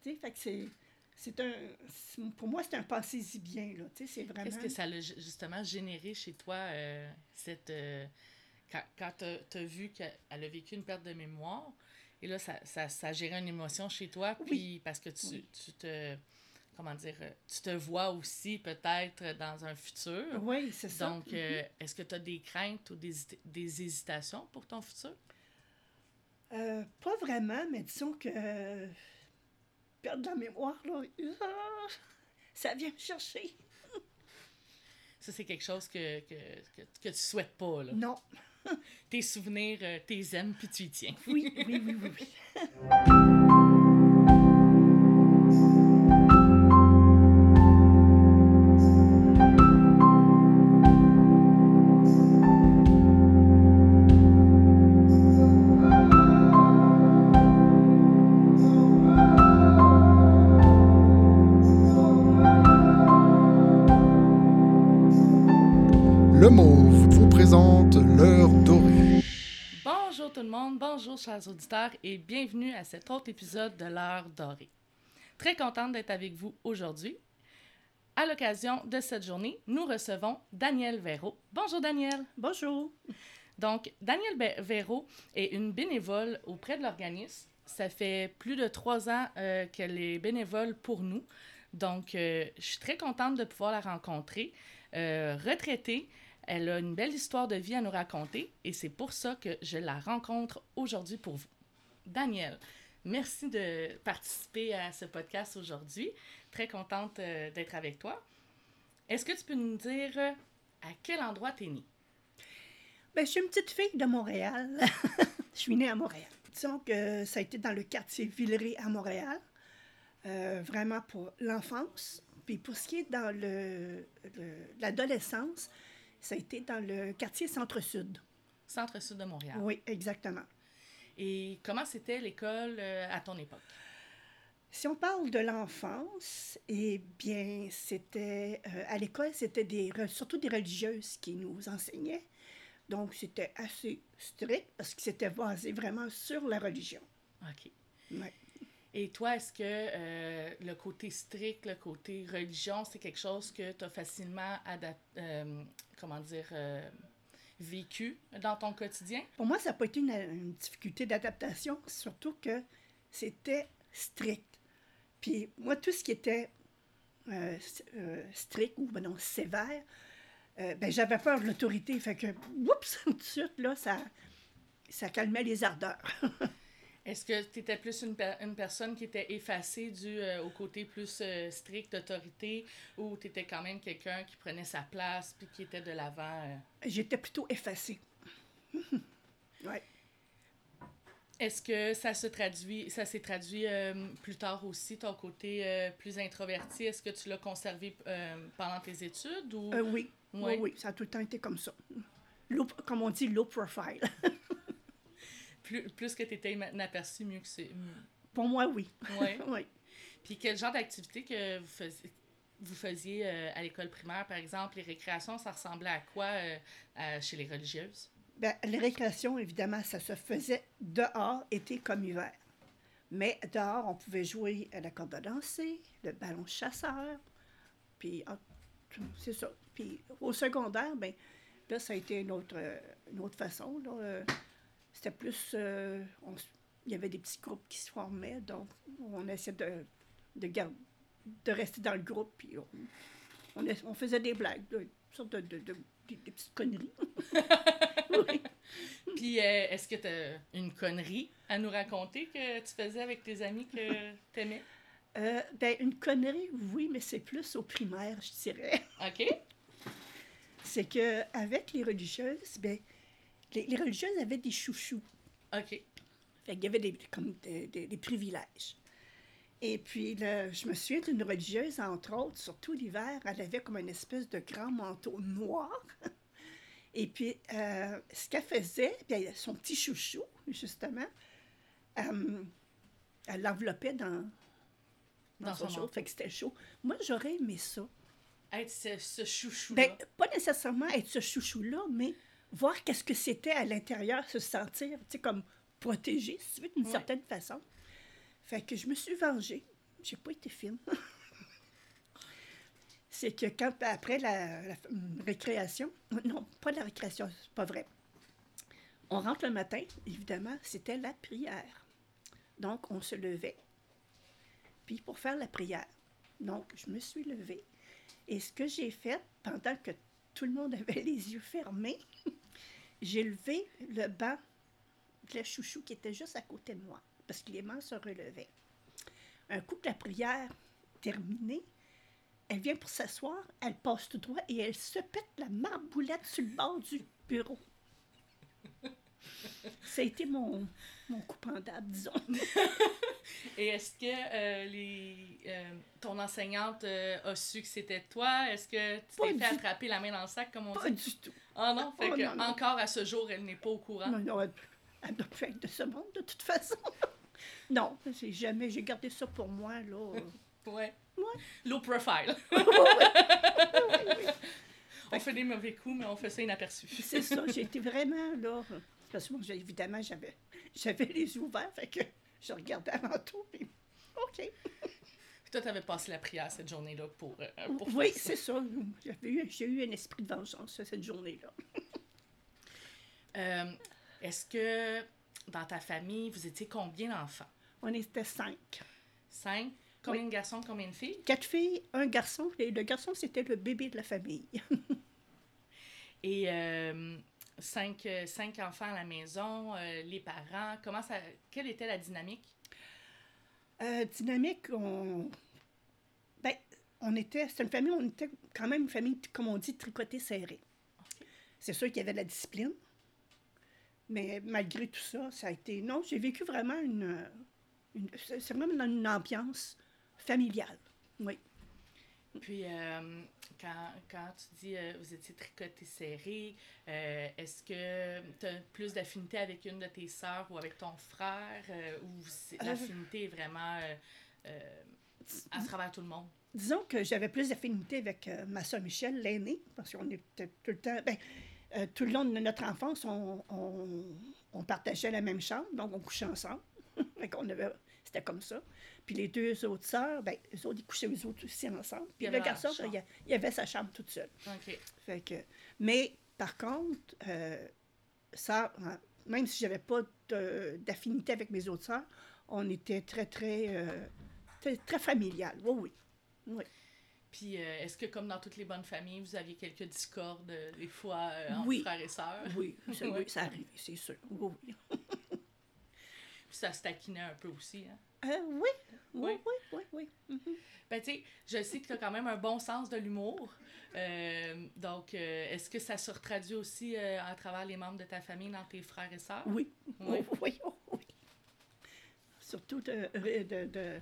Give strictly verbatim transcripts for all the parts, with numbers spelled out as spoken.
Tu sais, fait que c'est... C'est un, c'est, pour moi, c'est un pensez-y bien, là. Tu sais, c'est vraiment... Qu'est-ce que ça a justement généré chez toi, euh, cette... Euh, quand quand tu as vu qu'elle a vécu une perte de mémoire, et là, ça, ça, ça a géré une émotion chez toi, puis Oui. parce que tu, Oui. tu te... Comment dire? Tu te vois aussi peut-être dans un futur. Oui, c'est ça. Donc, euh, mm-hmm. Est-ce que tu as des craintes ou des, des hésitations pour ton futur? Euh, pas vraiment, mais disons que... Euh, perdre la mémoire, là, euh, ça vient me chercher. Ça, c'est quelque chose que, que, que, que tu souhaites pas, là. Non. Tes souvenirs, euh, tes aimes, puis tu y tiens. Oui, oui, oui, oui, oui. Le Mauve vous présente l'heure dorée. Bonjour tout le monde, bonjour chers auditeurs et bienvenue à cet autre épisode de l'heure dorée. Très contente d'être avec vous aujourd'hui. À l'occasion de cette journée, nous recevons Danielle Véraud. Bonjour Danielle. Bonjour. Donc, Danielle Véraud est une bénévole auprès de l'organisme. Ça fait plus de trois ans euh, qu'elle est bénévole pour nous. Donc, euh, je suis très contente de pouvoir la rencontrer. Euh, retraitée, elle a une belle histoire de vie à nous raconter et c'est pour ça que je la rencontre aujourd'hui pour vous. Danielle, merci de participer à ce podcast aujourd'hui. Très contente euh, d'être avec toi. Est-ce que tu peux nous dire euh, à quel endroit tu es née? Bien, je suis une petite fille de Montréal. Je suis née à Montréal. Disons que ça a été dans le quartier Villeray à Montréal, euh, vraiment pour l'enfance. Puis pour ce qui est dans le, le, l'adolescence, ça a été dans le quartier Centre-Sud. Centre-Sud de Montréal. Oui, exactement. Et comment c'était l'école euh, à ton époque? Si on parle de l'enfance, eh bien, c'était... Euh, à l'école, c'était des, surtout des religieuses qui nous enseignaient. Donc, c'était assez strict parce que c'était basé vraiment sur la religion. OK. Ouais. Et toi, est-ce que euh, le côté strict, le côté religion, c'est quelque chose que tu as facilement adap- euh, comment dire, euh, vécu dans ton quotidien? Pour moi, ça n'a pas été une, une difficulté d'adaptation, surtout que c'était strict. Puis moi, tout ce qui était euh, euh, strict ou ben non, sévère, euh, ben, j'avais peur de l'autorité. Fait que, oups, tout de suite, là, ça, ça calmait les ardeurs. Est-ce que tu étais plus une, per- une personne qui était effacée dû euh, au côté plus euh, strict d'autorité ou tu étais quand même quelqu'un qui prenait sa place puis qui était de l'avant? Euh... J'étais plutôt effacée. Oui. Est-ce que ça se traduit, ça s'est traduit euh, plus tard aussi, ton côté euh, plus introverti? Est-ce que tu l'as conservé euh, pendant tes études? Ou... Euh, oui. Oui. oui, oui, ça a tout le temps été comme ça. Low, comme on dit, low profile. Plus, plus que tu étais inaperçu, mieux que c'est. Pour moi, oui. Oui. Oui. Puis quel genre d'activité que vous faisiez, vous faisiez euh, à l'école primaire, par exemple? Les récréations, ça ressemblait à quoi euh, à, chez les religieuses? Bien, les récréations, évidemment, ça se faisait dehors, été comme hiver. Mais dehors, on pouvait jouer à la corde à danser, le ballon chasseur, puis c'est ça. Puis au secondaire, bien, là, ça a été une autre, euh, une autre façon, là. Euh, C'était plus... Euh, on, il y avait des petits groupes qui se formaient, donc on essayait de, de, garder, de rester dans le groupe, puis on, on, on faisait des blagues, là, une sorte de, de, de, de, des petites conneries. Oui. Puis euh, est-ce que tu as une connerie à nous raconter que tu faisais avec tes amis que tu aimais? Euh, ben, une connerie, oui, mais c'est plus au primaire, je dirais. OK. C'est qu'avec les religieuses, ben, les, les religieuses avaient des chouchous. OK. Fait qu'il y avait des, comme des, des, des privilèges. Et puis, là, je me souviens d'une religieuse, entre autres, surtout l'hiver, elle avait comme une espèce de grand manteau noir. Et puis, euh, ce qu'elle faisait, puis son petit chouchou, justement, euh, elle l'enveloppait dans, dans, dans son chaud, fait que c'était chaud. Moi, j'aurais aimé ça. Être ce, ce chouchou-là. Ben, pas nécessairement être ce chouchou-là, mais voir qu'est-ce que c'était à l'intérieur, se sentir, tu sais, comme protégé, si tu veux, d'une ouais. certaine façon. Fait que je me suis vengée. j'ai pas été fine. C'est que quand, après la, la récréation, non, pas la récréation, c'est pas vrai. On rentre le matin, évidemment, c'était la prière. Donc, on se levait. Puis, pour faire la prière. Donc, je me suis levée. Et ce que j'ai fait, pendant que tout le monde avait les yeux fermés, j'ai levé le banc de la chouchou qui était juste à côté de moi, parce que les mains se relevaient. Un coup que la prière terminée, elle vient pour s'asseoir, elle passe tout droit et elle se pète la marboulette sur le bord du bureau. Ça a été mon, mon coup pendable, disons. Et est-ce que euh, les, euh, ton enseignante euh, a su que c'était toi? Est-ce que tu t'es fait attraper la main dans le sac, comme on pas dit? Pas du tout. Ah non? Fait oh, que non, non. Encore à ce jour, elle n'est pas au courant? Non, non, elle, elle doit plus être de ce monde, de toute façon. Non, c'est jamais, j'ai gardé ça pour moi, là. Ouais. Ouais. Low profile. oui, oui, oui. On fait des mauvais coups, mais on fait ça inaperçu. C'est ça, j'ai été vraiment, là... Parce que moi, évidemment, j'avais, j'avais les yeux ouverts, fait que je regardais avant tout, puis OK. Puis toi, tu avais passé la prière cette journée-là pour, euh, pour Oui, ça. c'est ça. J'avais eu, j'ai eu un esprit de vengeance cette journée-là. euh, est-ce que dans ta famille, vous étiez combien d'enfants? On était cinq. Cinq? Combien oui. de garçons, combien de filles? Quatre filles, un garçon. Et le garçon, c'était le bébé de la famille. Et euh, cinq, cinq enfants à la maison, euh, les parents, comment ça, quelle était la dynamique? Euh, dynamique, on... Ben, on était... C'était une famille, on était quand même une famille, comme on dit, tricotée serrée. Okay. C'est sûr qu'il y avait de la discipline. Mais malgré tout ça, ça a été... Non, j'ai vécu vraiment une... une... C'est vraiment dans une ambiance familiale, oui. Puis, euh, quand, quand tu dis euh, vous étiez tricoté serré, euh, est-ce que tu as plus d'affinité avec une de tes sœurs ou avec ton frère, euh, ou c'est, euh, l'affinité est vraiment euh, euh, à travers tout le monde? Disons que j'avais plus d'affinité avec euh, ma sœur Michel, l'aînée, parce qu'on était tout le temps... Ben, euh, tout le long de notre enfance, on, on, on partageait la même chambre, donc on couchait ensemble. Fait qu'on avait... C'était comme ça. Puis les deux autres sœurs, ben, eux autres, ils couchaient eux autres aussi ensemble. Puis le garçon, il, il avait sa chambre toute seule. OK. Fait que, mais, par contre, euh, ça, même si j'avais pas de, d'affinité avec mes autres sœurs, on était très, très, euh, très, très familial. Oui, oui. oui. Puis, euh, est-ce que, comme dans toutes les bonnes familles, vous aviez quelques discordes, euh, des fois, euh, entre oui. frères et sœurs? Oui, ça, oui, ça arrive, c'est sûr. Oui, oui. Puis ça se taquinait un peu aussi, hein? Euh, oui. oui, oui, oui, oui. oui. Mm-hmm. Ben, tu sais, je sais que tu as quand même un bon sens de l'humour. Euh, donc, euh, est-ce que ça se retraduit aussi euh, à travers les membres de ta famille, dans tes frères et sœurs? Oui. Oui. Oh, oui, oh, oui. Surtout de... de, de,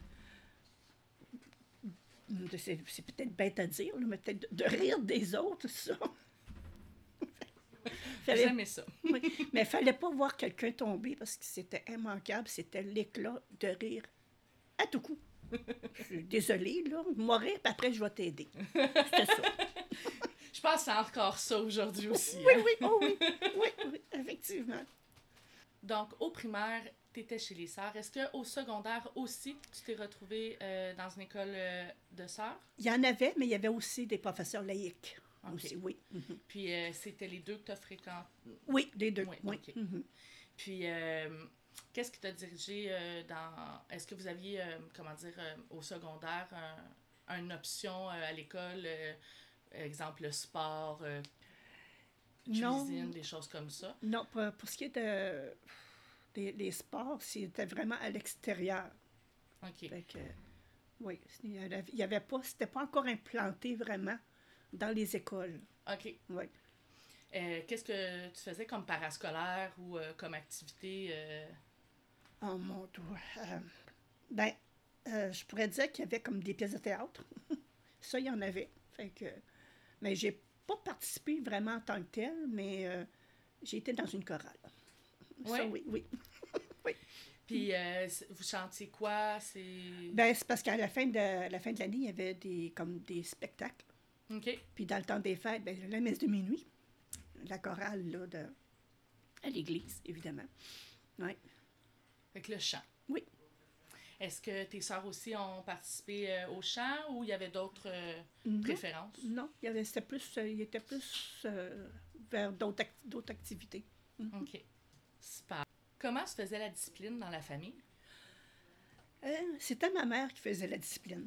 de c'est, c'est peut-être bête à dire, mais peut-être de, de rire des autres, ça. Fallait... J'aimais ça. Oui, mais il ne fallait pas voir quelqu'un tomber parce que c'était immanquable. C'était l'éclat de rire à tout coup. Je suis désolée, là. Moi rire, puis après, je vais t'aider. C'était ça. Je pense que c'est encore ça aujourd'hui aussi. Oui, hein? oui, oh oui, oui, oui, effectivement. Donc, au primaire, tu étais chez les sœurs. Est-ce qu'au secondaire aussi, tu t'es retrouvée euh, dans une école euh, de sœurs? Il y en avait, mais il y avait aussi des professeurs laïcs. Okay. Aussi, oui. Mm-hmm. Puis, euh, c'était les deux que tu as fréquenté? Oui, les deux, oui. oui. Okay. Mm-hmm. Puis, euh, qu'est-ce qui t'a dirigé euh, dans... Est-ce que vous aviez, euh, comment dire, euh, au secondaire, un, une option euh, à l'école, euh, exemple, le sport, euh, cuisine, non. Des choses comme ça? Non, pour, pour ce qui est de, des, des sports, c'était vraiment à l'extérieur. OK. Fait que, oui, il n'y avait pas... C'était pas encore implanté vraiment dans les écoles. OK. Oui. Euh, qu'est-ce que tu faisais comme parascolaire ou euh, comme activité? Euh... Oh mon Dieu. Euh, ben, euh, je pourrais dire qu'il y avait comme des pièces de théâtre. Ça, il y en avait. Fait que, mais j'ai pas participé vraiment en tant que telle, mais euh, j'ai été dans une chorale. Oui? Ça, oui, oui. oui. Puis, euh, vous chantiez quoi? C'est... Ben, c'est parce qu'à la fin de, la fin de l'année, il y avait des, comme des spectacles. OK. Puis dans le temps des fêtes, ben, la messe de minuit, la chorale, là, de... à l'église, évidemment. Oui. Avec le chant. Oui. Est-ce que tes sœurs aussi ont participé euh, au chant ou il y avait d'autres euh, Non. préférences? Non, il y avait, c'était plus, euh, il était plus euh, vers d'autres, ac- d'autres activités. Mhm. OK. Super. Comment se faisait la discipline dans la famille? Euh, c'était ma mère qui faisait la discipline.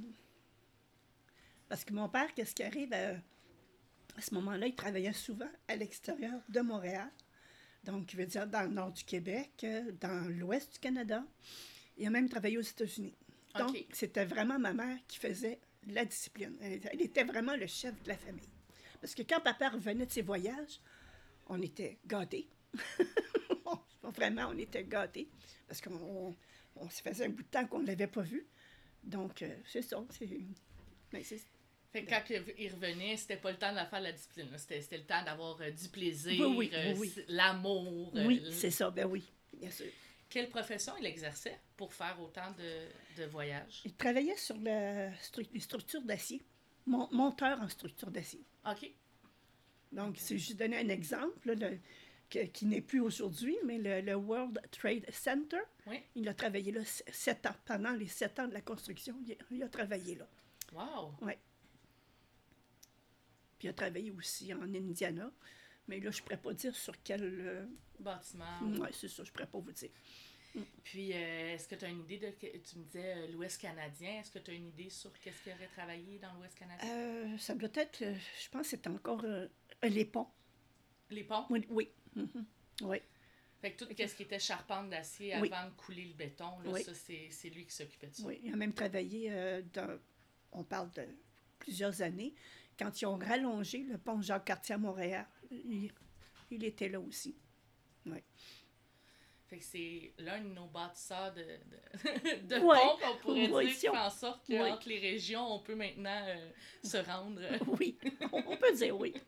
Parce que mon père, qu'est-ce qui arrive, euh, à ce moment-là, il travaillait souvent à l'extérieur de Montréal. Donc, il veut dire dans le nord du Québec, euh, dans l'ouest du Canada. Il a même travaillé aux États-Unis. Donc, OK. c'était vraiment ma mère qui faisait la discipline. Elle, elle était vraiment le chef de la famille. Parce que quand papa revenait de ses voyages, on était gâtés. Vraiment, on était gâtés. Parce qu'on on, on se faisait un bout de temps qu'on ne l'avait pas vu. Donc, euh, c'est ça. C'est, mais c'est, Fait que quand il revenait, c'était pas le temps de la faire la discipline. là. C'était, c'était le temps d'avoir euh, du plaisir, Oui, oui, euh, oui, oui. l'amour. euh, oui, l- c'est ça. Ben oui, bien sûr. Quelle profession il exerçait pour faire autant de, de voyages? Il travaillait sur la stru- les structures d'acier. Mon- monteur en structure d'acier. OK. Donc, c'est juste donner un exemple, là, le- que- qui n'est plus aujourd'hui, mais le, le World Trade Center, Oui. il a travaillé là s- sept ans. Pendant les sept ans de la construction, il a, il a travaillé là. Wow. Oui. Puis il a travaillé aussi en Indiana. Mais là, je ne pourrais pas dire sur quel... Euh... Bâtiment. Oui, c'est ça, je ne pourrais pas vous dire. Puis, euh, est-ce que tu as une idée de... que- Tu me disais euh, l'Ouest canadien. Est-ce que tu as une idée sur qu'est-ce qu'il aurait travaillé dans l'Ouest canadien? Euh, ça doit être, euh, je pense que c'était encore euh, les ponts. Les ponts? Oui, oui. Mhm. Oui. Fait que tout ce qui était charpente d'acier Oui. avant de couler le béton, là, Oui. ça, c'est, c'est lui qui s'occupait de ça. Oui, il a même travaillé euh, dans, on parle de plusieurs années, quand ils ont rallongé le pont Jacques-Cartier à Montréal. Il, il était là aussi. Oui. Fait que c'est l'un de nos bâtisseurs de, de, de Ouais. ponts qu'on pourrait Oui, dire si qui on- fait en sorte Oui. qu'entre les régions, on peut maintenant euh, se rendre. euh. Oui, on on peut dire oui.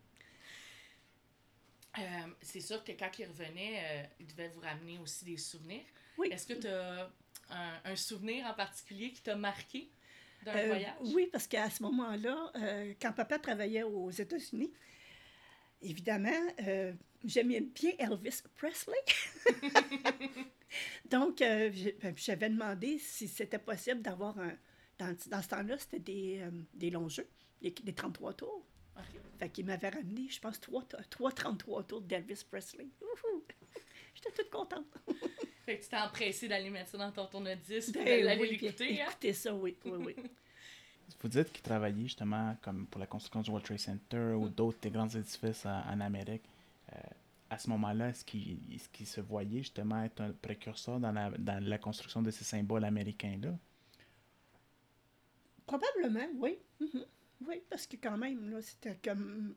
Euh, c'est sûr que quand il revenait, euh, il devait vous ramener aussi des souvenirs. Oui. Est-ce que tu as un, un souvenir en particulier qui t'a marqué d'un Euh, voyage? Oui, parce qu'à ce moment-là, euh, quand papa travaillait aux États-Unis, évidemment, euh, j'aimais bien Elvis Presley. Donc, euh, j'ai- ben, j'avais demandé si c'était possible d'avoir un... Dans, dans ce temps-là, c'était des, euh, des longs jeux, des, des trente-trois tours. Ok. Fait qu'il m'avait ramené, je pense, trois, trois trente-trois tours d'Elvis Presley. Wouhou! J'étais toute contente. Fait que tu t'es empressé d'aller mettre ça dans ton tourne-disque pour Ben aller oui, l'écouter, puis hein? écoutez ça, oui, oui, oui. Vous dites qu'il travaillait justement comme pour la construction du World Trade Center ou d'autres des grands édifices en, en Amérique. Euh, à ce moment-là, est-ce qu'il, est-ce qu'il se voyait justement être un précurseur dans la, dans la construction de ces symboles américains-là? Probablement, oui. Mhm. Oui, parce que quand même, là, c'était comme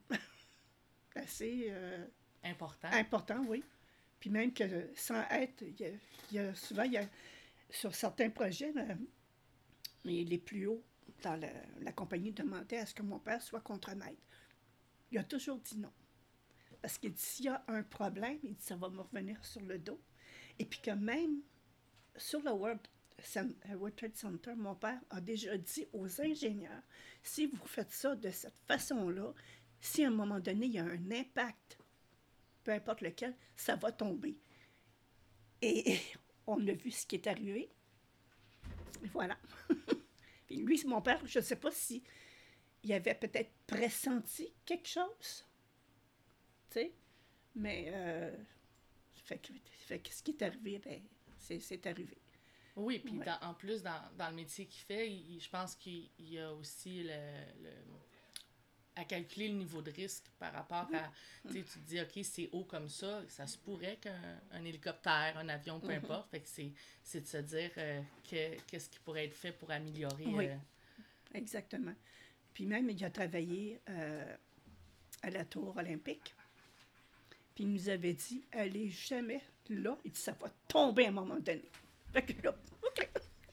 assez euh, Important. important, oui. Puis même que sans être, il y a, il y a souvent, il y a, sur certains projets, là, les les plus hauts dans la, la compagnie demandaient à ce que mon père soit contremaître. Il a toujours dit non. Parce qu'il dit, s'il y a un problème, il dit, ça va me revenir sur le dos. Et puis que même sur le World, Cen- euh, World Trade Center, mon père a déjà dit aux ingénieurs, si vous faites ça de cette façon-là, si à un moment donné, il y a un impact, peu importe lequel, ça va tomber. Et, et on a vu ce qui est arrivé. Et voilà. Puis lui, mon père, je ne sais pas si il avait peut-être pressenti quelque chose, tu sais, mais euh, fait, que, fait que ce qui est arrivé, ben, c'est, c'est arrivé. Oui, puis Ouais. dans- en plus, dans, dans le métier qu'il fait, il- je pense qu'il il y a aussi le, le- à calculer le niveau de risque par rapport à, tu sais, tu te dis, OK, c'est haut comme ça, ça se pourrait qu'un un hélicoptère, un avion, peu Mhm. importe, fait que c'est, c'est de se dire euh, que, qu'est-ce qui pourrait être fait pour améliorer. Oui. euh, Exactement. Puis même, il a travaillé euh, à la Tour olympique. Puis il nous avait dit, allez jamais là. Il dit, ça va tomber à un moment donné. Fait que là, OK.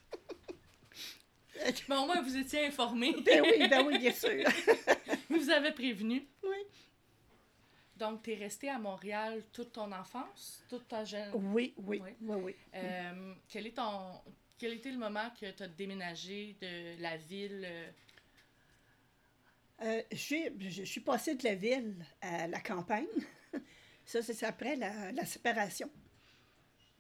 Mais au moins, vous étiez informés. Ben oui, ben oui, bien sûr. Vous avez prévenu. Oui. Donc, tu es resté à Montréal toute ton enfance, toute ta jeune... Oui, oui, Oui. oui, oui. Euh, quel est ton... Quel était le moment que tu as déménagé de la ville? euh, Euh, je, suis, je, je suis passée de la ville à la campagne. Ça, c'est après la, la séparation.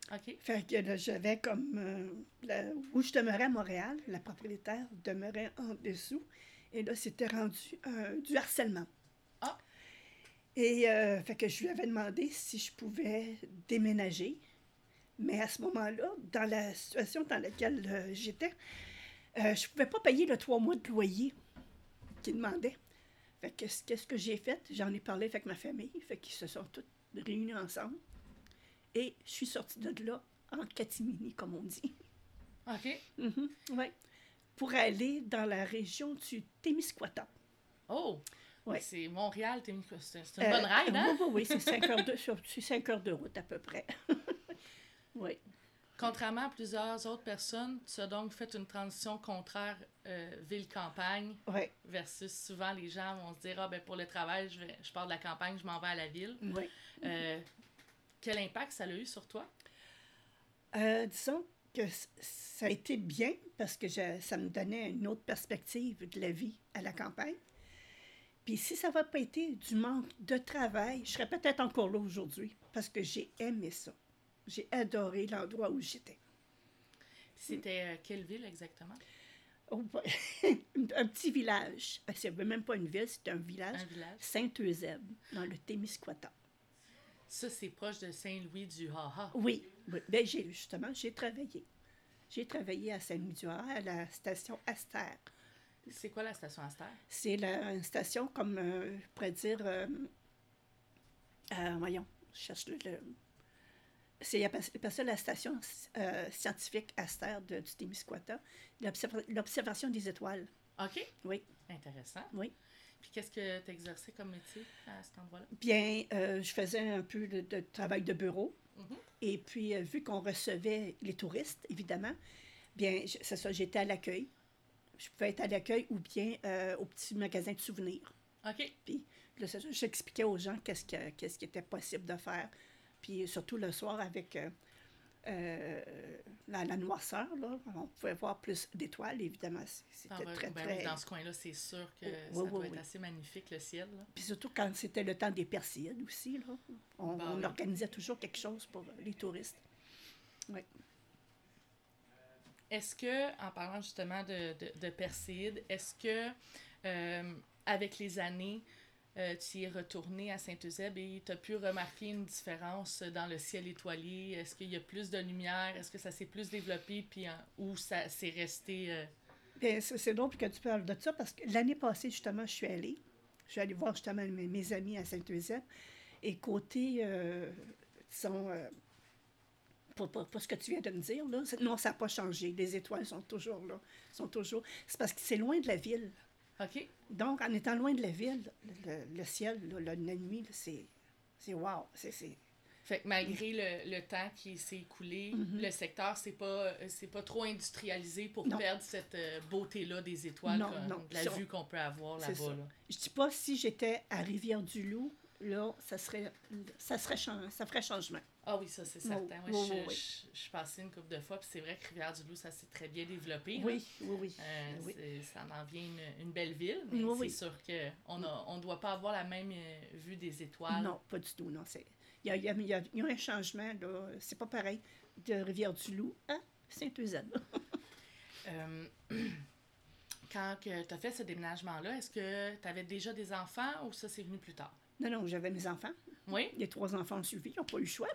OK. Fait que là, j'avais comme... euh, la- où je demeurais à Montréal, la propriétaire demeurait en dessous. Et là, c'était rendu euh, du harcèlement. Ah. Et euh, fait que je lui avais demandé si je pouvais déménager. Mais à ce moment-là, dans la situation dans laquelle euh, j'étais, euh, je ne pouvais pas payer le trois mois de loyer qu'il demandait. Fait que c- qu'est-ce que j'ai fait? J'en ai parlé avec ma famille. Fait qu'ils se sont tous réunis ensemble. Et je suis sortie de là en catimini, comme on dit. OK. Mhm, ouais. Pour aller dans la région du Témiscouata. Oh! Ouais. C'est Montréal, Témiscouata. C'est c'est une Euh, bonne ride, hein? Oui, oui, oui, c'est cinq heures de, sur- c'est cinq heures de route à peu près. Oui. Contrairement à plusieurs autres personnes, tu as donc fait une transition contraire euh, ville-campagne Oui, versus souvent les gens vont se dire « Ah, ben pour le travail, je, vais, je pars de la campagne, je m'en vais à la ville. oui. Euh, quel impact ça a eu sur toi? Euh, disons que c- ça a été bien parce que je- ça me donnait une autre perspective de la vie à la campagne. Puis si ça n'avait pas été du manque de travail, je serais peut-être encore là aujourd'hui parce que j'ai aimé ça. J'ai adoré l'endroit où j'étais. C'était euh, quelle ville exactement? Oh, boy. Un petit village. Ben, c'est même pas une ville, c'est un village. Un village. Saint-Eusèbe, dans le Témiscouata. Ça, c'est proche de Saint-Louis-du-Ha-Ha. Oui, oui. Ben, j'ai, justement, j'ai travaillé. J'ai travaillé à Saint-Louis-du-Ha, à la station Astère. C'est quoi la station Astère? C'est la, une station, comme euh, je pourrais dire, euh, euh, voyons, je cherche le... le- c'est appelle appelle ça la station euh, scientifique Astère de, du Témiscouata, l'observa- l'observation des étoiles. OK. Oui, Intéressant. oui. Puis qu'est-ce que tu exerçais comme métier à cet endroit-là? Bien, euh, je faisais un peu de, de travail de bureau. Mhm. Et puis, euh, vu qu'on recevait les touristes, évidemment, bien, je- c'est ça, j'étais à l'accueil. Je pouvais être à l'accueil ou bien euh, au petit magasin de souvenirs. OK. Puis, là, c'est ça, j'expliquais aux gens qu'est-ce, que, qu'est-ce qui était possible de faire. Puis, surtout le soir, avec euh, euh, la, la noirceur, là, on pouvait voir plus d'étoiles, évidemment. c- C'était Dans, très, ben très... oui, dans ce coin-là, c'est sûr que Oui, ça oui, doit oui, être oui. assez magnifique, le ciel. Là. Puis surtout quand c'était le temps des Perséides aussi, là. On, Ben on oui. organisait toujours quelque chose pour les touristes. Oui. Est-ce que, en parlant justement de, de, de Perséide, est-ce que, euh, avec les années, euh, tu y es retourné à Saint-Eusèbe et tu as pu remarquer une différence dans le ciel étoilé? Est-ce qu'il y a plus de lumière? Est-ce que ça s'est plus développé? Puis en- ou ça s'est resté... euh, Bien, c'est c'est drôle que tu parles de ça parce que l'année passée, justement, je suis allée. Je suis allée voir justement mes, mes amis à Saint-Eusèbe. Et côté, euh, disons, euh, pour, pour- pour ce que tu viens de me dire, là, c'est- non, ça n'a pas changé. Les étoiles sont toujours là. Sont toujours... C'est parce que c'est loin de la ville. OK. Donc, en étant loin de la ville, le, le ciel, là, la nuit, là, c'est... C'est wow. C'est... c'est- Fait que malgré le, le temps qui s'est écoulé, Mhm. le secteur, c'est pas, euh, c'est pas trop industrialisé pour Non. perdre cette euh, beauté-là des étoiles, Non, comme- non. de la Sur- vue qu'on peut avoir C'est là-bas. ça. Là. Je dis pas si j'étais à Rivière-du-Loup, là, ça serait... Ça serait chan- ça ferait changement. Ah oui, ça c'est certain. Oui, Ouais, oui, je, oui, oui. je- je suis passée une couple de fois, puis c'est vrai que Rivière-du-Loup, ça s'est très bien développé. là. Oui, oui, oui. Euh, oui. c'est- ça en vient une, une belle ville, mais Oui, c'est oui. sûr qu'on ne on doit pas avoir la même euh, vue des étoiles. Non, pas du tout, non. c'est- Il y a, il y a- il y a- il y a un changement, là. C'est pas pareil de Rivière-du-Loup à Saint-Eusèbe. Euh, quand tu as fait ce déménagement-là, est-ce que tu avais déjà des enfants ou ça c'est venu plus tard? Non, non, j'avais mes enfants. Oui. Les trois enfants ont suivi, ils n'ont pas eu le choix.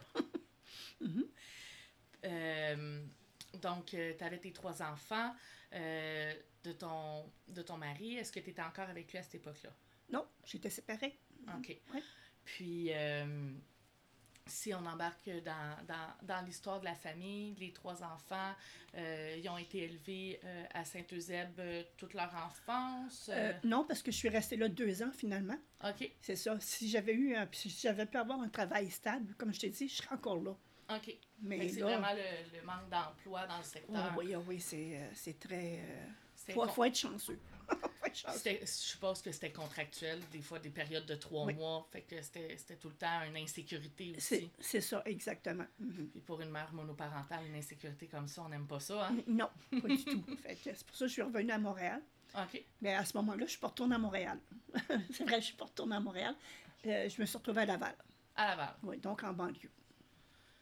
Euh, donc, tu avais tes trois enfants euh, de, ton, de ton mari. Est-ce que tu étais encore avec lui à cette époque-là? Non, j'étais séparée. OK. Oui. Puis, euh, si on embarque dans, dans, dans l'histoire de la famille, les trois enfants, euh, ils ont été élevés euh, à Saint-Eusèbe euh, toute leur enfance. Euh, euh, non, parce que je suis restée là deux ans, finalement. OK. C'est ça. Si j'avais eu un, si j'avais pu avoir un travail stable, comme je t'ai dit, je serais encore là. OK. Mais Fait que c'est là... vraiment le, le manque d'emploi dans le Oh, secteur. oui, oh, oui, c'est, euh, c'est très... euh, C'était faut, con- faut être chanceux. faut être chanceux. C'était- je suppose que c'était contractuel, des fois des périodes de trois Oui. mois. Fait que c'était c'était tout le temps une insécurité C'est, aussi. c'est ça, exactement. Mhm. Puis pour une mère monoparentale, une insécurité comme ça, on n'aime pas ça, hein? Non, pas du tout. Fait que c'est pour ça que je suis revenue à Montréal. OK. Mais à ce moment-là, je suis pas retournée à Montréal. C'est vrai, je suis pas retournée à Montréal. Euh, je me suis retrouvée à Laval. À Laval. Oui, donc en banlieue.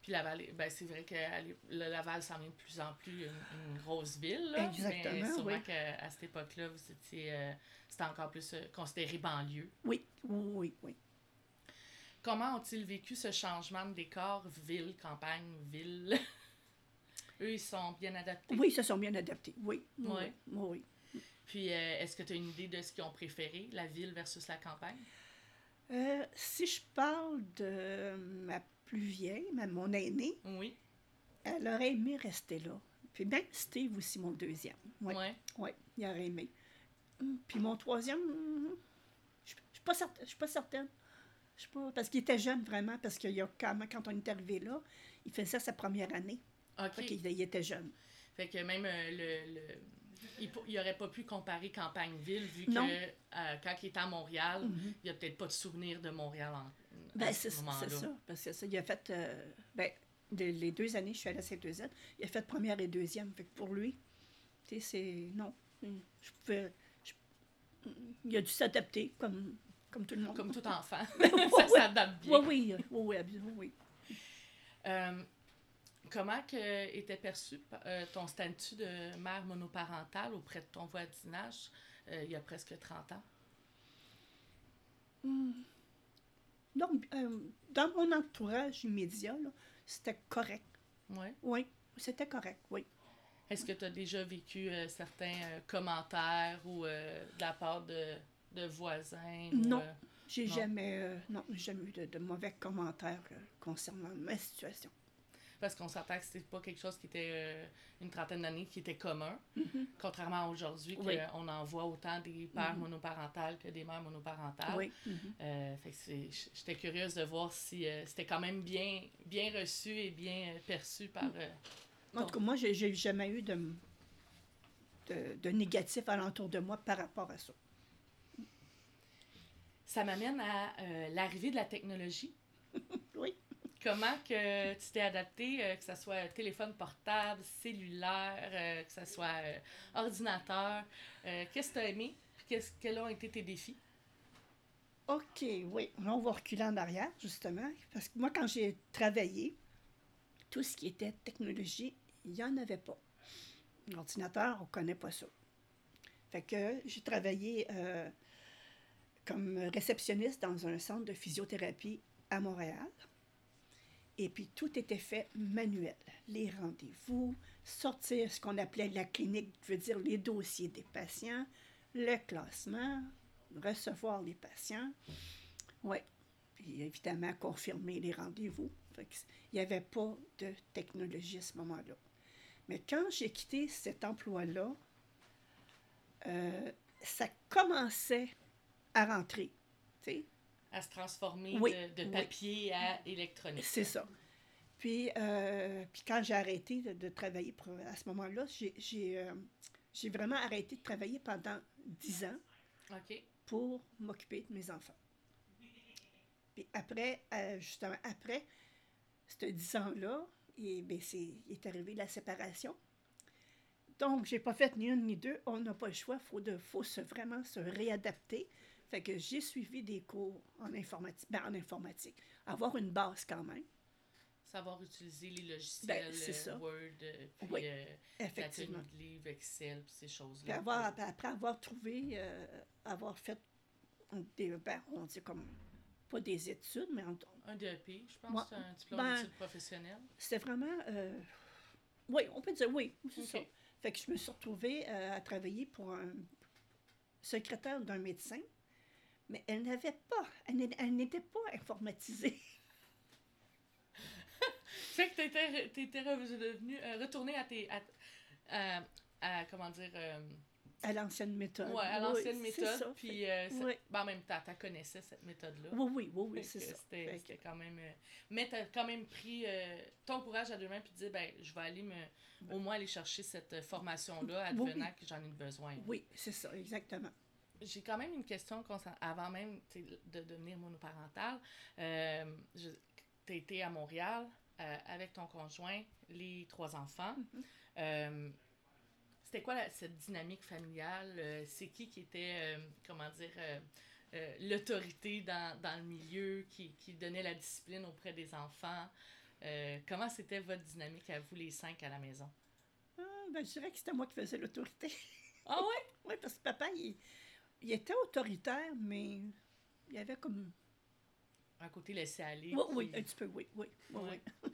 Puis Laval, ben, c'est vrai que le Laval s'en vient de plus en plus une, une grosse ville. Là, Exactement, mais sûrement oui. qu'à cette époque-là, vous étiez, euh, c'était encore plus euh, considéré banlieue. Oui, oui, oui, oui. Comment ont-ils vécu ce changement de décor, ville, campagne, ville? Eux, ils sont bien adaptés? Oui, ils se sont bien adaptés, oui. Oui, Ouais. oui, oui. Puis, euh, est-ce que tu as une idée de ce qu'ils ont préféré, la ville versus la campagne? Euh, si je parle de ma plus vieille, ma- mon aînée, Oui. elle aurait aimé rester là. Puis même Steve aussi, mon deuxième. Oui, Ouais. oui, il aurait aimé. Hum, Puis mon troisième, hum, je ne suis pas certaine. Je suis pas certaine. Je sais pas, parce qu'il était jeune vraiment, parce qu'il y a quand, quand on est arrivé là, il faisait sa première année. OK. Fait qu'il il était jeune. Fait que même euh, le... le... Il n'aurait pas pu comparer campagne-ville, vu Non. que euh, quand il était à Montréal, Mhm. il n'y a peut-être pas de souvenir de Montréal en, à Ben, ce c'est moment-là. c'est ça. Parce que ça, il a fait. euh, ben, de- les deux années, je suis allée à Saint-Eusèbe, il a fait première et deuxième. Fait que pour lui, tu sais, c'est. Non. Hum, Je pouvais. je- hum, il a dû s'adapter, comme, comme tout le monde. Comme tout enfant. Oui, Ça s'adapte bien. oui, oui, oui, oui, oui, oui. Euh, comment que était perçu euh, ton statut de mère monoparentale auprès de ton voisinage euh, il y a presque trente ans? Hum. Donc, euh, dans mon entourage immédiat, là, c'était correct. Oui. Oui, c'était correct, oui. Est-ce que tu as déjà vécu euh, certains euh, commentaires ou euh, de la part de, de voisins? Non. Ou, euh, J'ai non. jamais, euh, non, j'ai jamais eu de, de mauvais commentaires euh, concernant ma situation. parce qu'on s'entend que c'était pas quelque chose qui était euh, une trentaine d'années qui était commun, Mhm. contrairement à aujourd'hui Oui. qu'on en voit autant des pères Mhm. monoparentales que des mères monoparentales. Oui. Mhm. Euh, fait que c'est- j'étais curieuse de voir si euh, c'était quand même bien, bien reçu et bien euh, perçu par... euh, En tout cas, moi, j'ai j'ai jamais eu de, de, de négatif alentour de moi par rapport à ça. Ça m'amène à euh, l'arrivée de la technologie. Oui. Comment que tu t'es adapté, euh, que ce soit téléphone portable, cellulaire, euh, que ce soit euh, ordinateur. Euh, qu'est-ce que tu as aimé? Puis qu'est-ce, quels ont été tes défis? OK, oui. Là, on va reculer en arrière, justement. Parce que moi, quand j'ai travaillé, tout ce qui était technologie, il n'y en avait pas. L'ordinateur, on ne connaît pas ça. Fait que j'ai travaillé euh, comme réceptionniste dans un centre de physiothérapie à Montréal. Et puis, tout était fait manuel. Les rendez-vous, sortir ce qu'on appelait la clinique, je veux dire les dossiers des patients, le classement, recevoir les patients. Oui. Puis, évidemment, confirmer les rendez-vous. Fait que il n'y avait pas de technologie à ce moment-là. Mais quand j'ai quitté cet emploi-là, euh, ça commençait à rentrer, tu sais. À se transformer Oui, de, de oui. papier à électronique. C'est ça. Puis, euh, puis quand j'ai arrêté de, de travailler pour, à ce moment-là, j'ai, j'ai, euh, j'ai vraiment arrêté de travailler pendant dix ans OK. pour m'occuper de mes enfants. Puis après, euh, justement, après ces dix ans-là, et, ben, c'est, il est arrivé la séparation. Donc, j'ai pas fait ni une ni deux. On n'a pas le choix. Il faut, de, faut se, vraiment se réadapter. Fait que j'ai suivi des cours en informatique. Ben, en informatique. Avoir une base quand même. Savoir utiliser les logiciels Ben, c'est euh, ça. Word, euh, puis Oui, euh, effectivement. la tenue de livre, Excel, puis ces Puis choses-là. avoir, après avoir trouvé, euh, avoir fait des, ben, on dit comme, pas des études, mais en- Un D E P, je pense, Moi, c'est un diplôme ben, d'études professionnelles. c'était vraiment, euh, oui, on peut dire oui, c'est Ok. ça. Fait que je me suis retrouvée euh, à travailler pour un secrétaire d'un médecin, mais elle n'avait pas, elle n'est- elle n'était pas informatisée. Fait que t'étais, t'étais revenu, euh, retourné à tes... À, à, à, comment dire... euh, À l'ancienne méthode. ouais, à Oui, l'ancienne c'est méthode, ça. puis Fait- euh, c'est- oui. ben, en même temps, tu connaissais cette méthode-là. Oui, oui, oui, oui, Fait c'est que ça. C'était, Fait que- c'était quand même... euh, mais t'as quand même pris euh, ton courage à deux mains, puis te dire, ben, je vais aller me... au moins aller chercher cette formation-là, Oui, advenant oui. que j'en ai besoin. Oui, c'est ça, exactement. J'ai quand même une question concernant- avant même t'sais, de devenir monoparentale. Euh, tu as été à Montréal euh, avec ton conjoint, les trois enfants. Mm-hmm. Euh, c'était quoi la- cette dynamique familiale? Euh, c'est qui qui était, euh, comment dire, euh, euh, l'autorité dans, dans le milieu, qui, qui donnait la discipline auprès des enfants? Euh, comment c'était votre dynamique à vous, les cinq, à la maison? Ah, ben, je dirais que c'était moi qui faisais l'autorité. Ah ouais? Oui, parce que papa, il, il était autoritaire, mais il y avait comme... Un côté laisser aller. Oui, puis... oui, un petit peu, oui, oui, oui, Ouais. oui.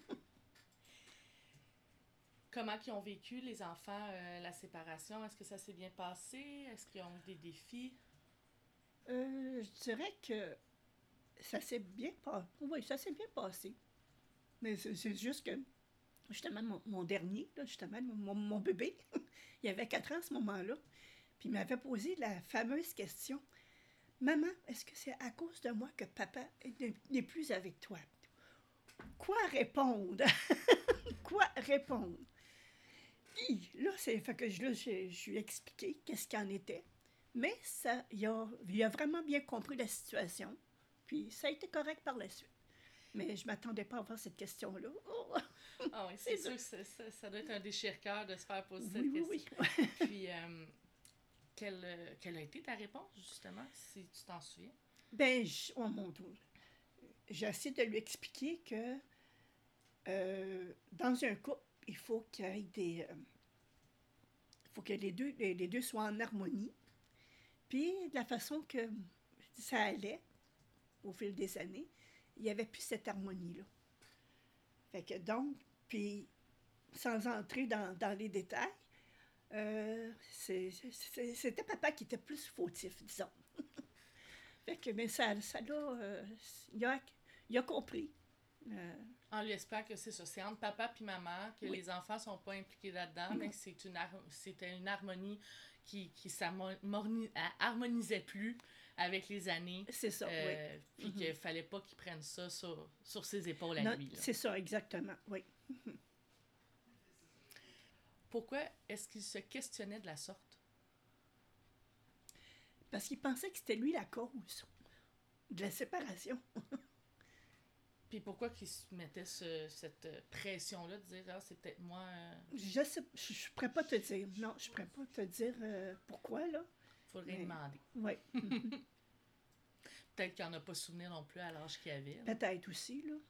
Comment ils ont vécu, les enfants, euh, la séparation? Est-ce que ça s'est bien passé? Est-ce qu'ils ont eu des défis? Euh, je dirais que ça s'est bien passé. Oui, ça s'est bien passé. Mais c'est c'est juste que, justement, mon, mon dernier, là, justement, mon, mon bébé, il avait quatre ans à ce moment-là, puis il m'avait posé la fameuse question: Maman, est-ce que c'est à cause de moi que papa n'est n'est plus avec toi? Quoi répondre? Quoi répondre? Puis là, c'est fait que je, là, je, je lui ai expliqué qu'est-ce qu'il en était. Mais ça, il a, il a vraiment bien compris la situation. Puis ça a été correct par la suite. Mais je ne m'attendais pas à avoir cette question-là. Oh! Ah oui, c'est C'est sûr dur. que ça, ça, ça doit être un déchire-cœur de se faire poser Oui, cette oui, question. oui. Puis, euh, quelle, euh, quelle a été ta réponse, justement, si tu t'en souviens? Ben, je- oh mon Dieu. J'ai essayé de lui expliquer que euh, dans un couple, il faut qu'il y ait des. euh, il faut que les deux, les, les deux soient en harmonie. Puis, de la façon que ça allait au fil des années, il n'y avait plus cette harmonie-là. Fait que donc, puis, sans entrer dans, dans les détails, euh, c'est- c'est- c'était papa qui était plus fautif, disons. Fait que, mais ça, ça l'a, euh, il, a, il a compris. Euh, On lui espère que c'est ça. C'est entre papa et maman, que Oui. les enfants sont pas impliqués là-dedans, Non. mais que c'est une har- c'était une harmonie qui, qui s'harmonisait plus avec les années. c'est ça, Euh, oui. Puis Mhm. qu'il fallait pas qu'il prenne ça sur, sur ses épaules à Non, lui. là. c'est ça, exactement, oui. Pourquoi est-ce qu'il se questionnait de la sorte? Parce qu'il pensait que c'était lui la cause de la séparation. Puis pourquoi qu'il se mettait ce- cette pression-là de dire ah, c'est peut-être moi. euh, Je sais, je ne pourrais pas te dire. Non, je ne pourrais pas te dire euh, pourquoi, là. faudrait Mais- demander. Oui, Peut-être qu'il n'en a pas souvenir non plus à l'âge qu'il avait. là. peut-être aussi, là.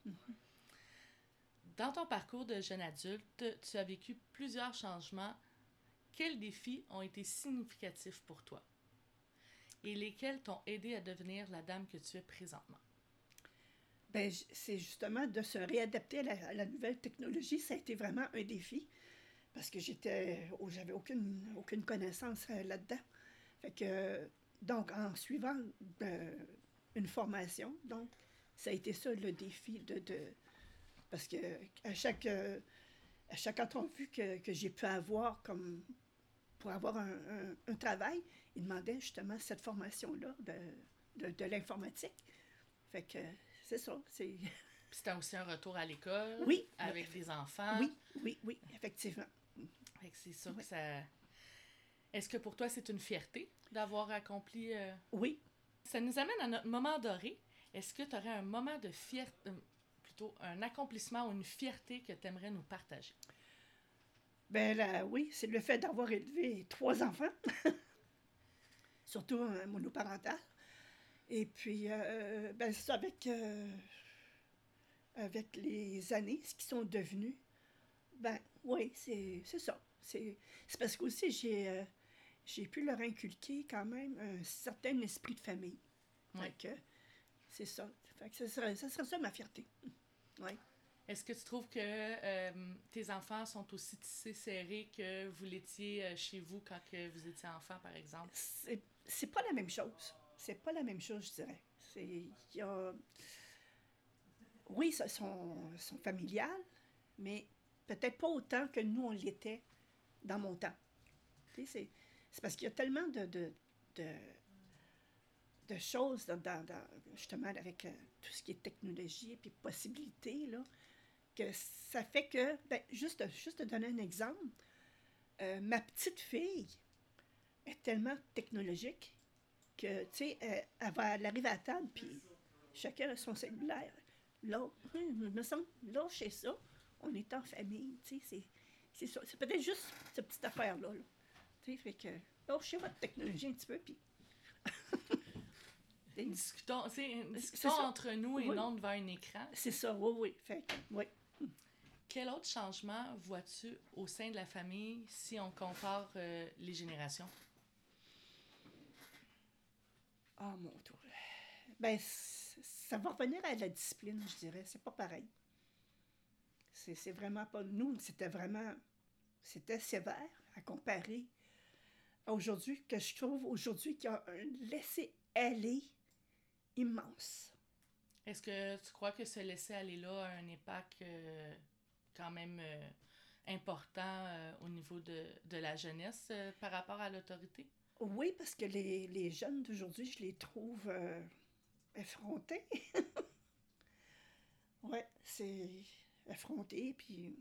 Dans ton parcours de jeune adulte, tu as vécu plusieurs changements. Quels défis ont été significatifs pour toi? Et lesquels t'ont aidé à devenir la dame que tu es présentement? Ben, j- c'est justement de se réadapter à la, à la nouvelle technologie. Ça a été vraiment un défi parce que j'étais, oh, j'avais aucune, aucune connaissance euh, là-dedans. Fait que, euh, donc, en suivant euh, une formation, donc, ça a été ça le défi de, de parce que à chaque, euh, à chaque entrevue que, que j'ai pu avoir comme pour avoir un, un- un travail, ils demandaient justement cette formation-là de, de, de l'informatique. Fait que c'est ça. C'est... Puis c'était aussi un retour à l'école, Oui. avec des enfants. Oui, oui, oui, effectivement. Fait que c'est sûr Oui. que ça... Est-ce que pour toi, c'est une fierté d'avoir accompli... euh, Oui. Ça nous amène à notre moment doré. Est-ce que tu aurais un moment de fierté, plutôt un accomplissement ou une fierté que tu aimerais nous partager? Ben là, oui, c'est le fait d'avoir élevé trois enfants, surtout un monoparental. Et puis, euh, ben, c'est ça, avec, euh, avec les années, ce qu'ils sont devenus, ben oui, c'est, c'est ça. C'est, c'est parce qu'aussi, j'ai, euh, j'ai pu leur inculquer quand même un certain esprit de famille. Ouais. Fait que c'est ça. Fait que ce serait, ça serait ça ma fierté. Oui. Est-ce que tu trouves que euh, tes enfants sont aussi tissés serrés que vous l'étiez euh, chez vous quand que vous étiez enfant, par exemple? C'est, c'est pas la même chose. C'est pas la même chose, je dirais. C'est, il y a... Oui, ça sont, sont familiales, mais peut-être pas autant que nous, on l'était dans mon temps. Tu sais, c'est, c'est parce qu'il y a tellement de, de, de, de choses, dans, dans- dans- justement, avec euh, tout ce qui est technologie et puis possibilités, là, que ça fait que, ben, juste, juste te donner un exemple, euh, ma petite fille est tellement technologique que, tu sais, elle, elle va elle arrive à la table, puis chacun a son cellulaire. Là, hum, me semble, lâchez ça, on est en famille, tu sais, c'est, c'est ça. C'est peut-être juste cette petite affaire-là, là. Tu sais, fait que, lâchez votre technologie un petit peu, puis... Discutons, c'est- C'est discutons ça. entre nous et Oui. non devant un écran. C'est ça, oui, oui. Fait que, oui. Quel autre changement vois-tu au sein de la famille si on compare euh, les générations? Ah, mon tour. Ben, c- ça va revenir à la discipline, je dirais. C'est pas pareil. C'est c'est vraiment pas... Nous, c'était vraiment... C'était sévère à comparer à aujourd'hui, que je trouve aujourd'hui qu'il y a un laisser-aller immense. Est-ce que tu crois que ce laisser-aller-là a un impact euh, quand même euh, important euh, au niveau de, de la jeunesse euh, par rapport à l'autorité? Oui, parce que les, les jeunes d'aujourd'hui, je les trouve euh, effrontés. Ouais, c'est effronté, puis...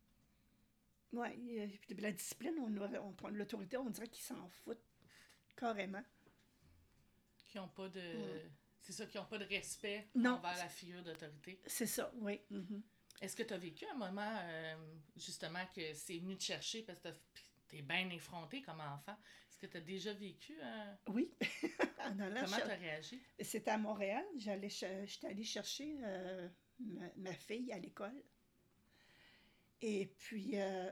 Ouais, euh, puis la discipline, on, a- on prend l'autorité, on dirait qu'ils s'en foutent carrément. Qui n'ont pas de... Mm. C'est ça, qui n'ont pas de respect Non. envers la figure d'autorité. C'est ça, oui. Mhm. Est-ce que tu as vécu un moment, euh, justement, que c'est venu te chercher parce que tu es bien effronté comme enfant? Est-ce que tu as déjà vécu? Euh... Oui. En allant Comment cher- tu as réagi? C'était à Montréal. J'allais ch- J'étais allée chercher euh, ma, ma fille à l'école. Et puis, euh,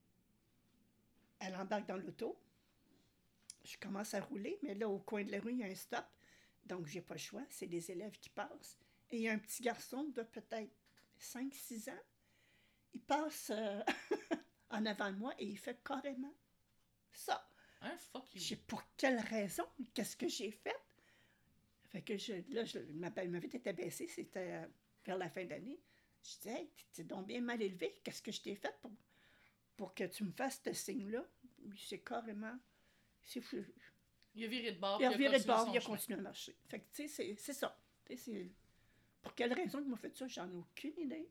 elle embarque dans l'auto. Je commence à rouler, mais là, au coin de la rue, il y a un stop. Donc, j'ai pas le choix. C'est des élèves qui passent. Et il y a un petit garçon de peut-être cinq six ans. Il passe euh, en avant de moi et il fait carrément ça. Un fuck you. Je sais pour quelle raison, qu'est-ce que j'ai fait. Fait que je, là, je, ma, ma vie était baissée, c'était euh, vers la fin d'année. Je disais, hey, t'es donc bien mal élevé, qu'est-ce que je t'ai fait pour, pour que tu me fasses ce signe-là? C'est carrément. C'est fou. Il a viré de bord, Il a puis viré de continué bord, son il a chemin. continué à marcher. Fait que, tu sais, c'est- c'est ça. Tu sais, c'est- Pour quelle raison il m'a fait ça, j'en ai aucune idée.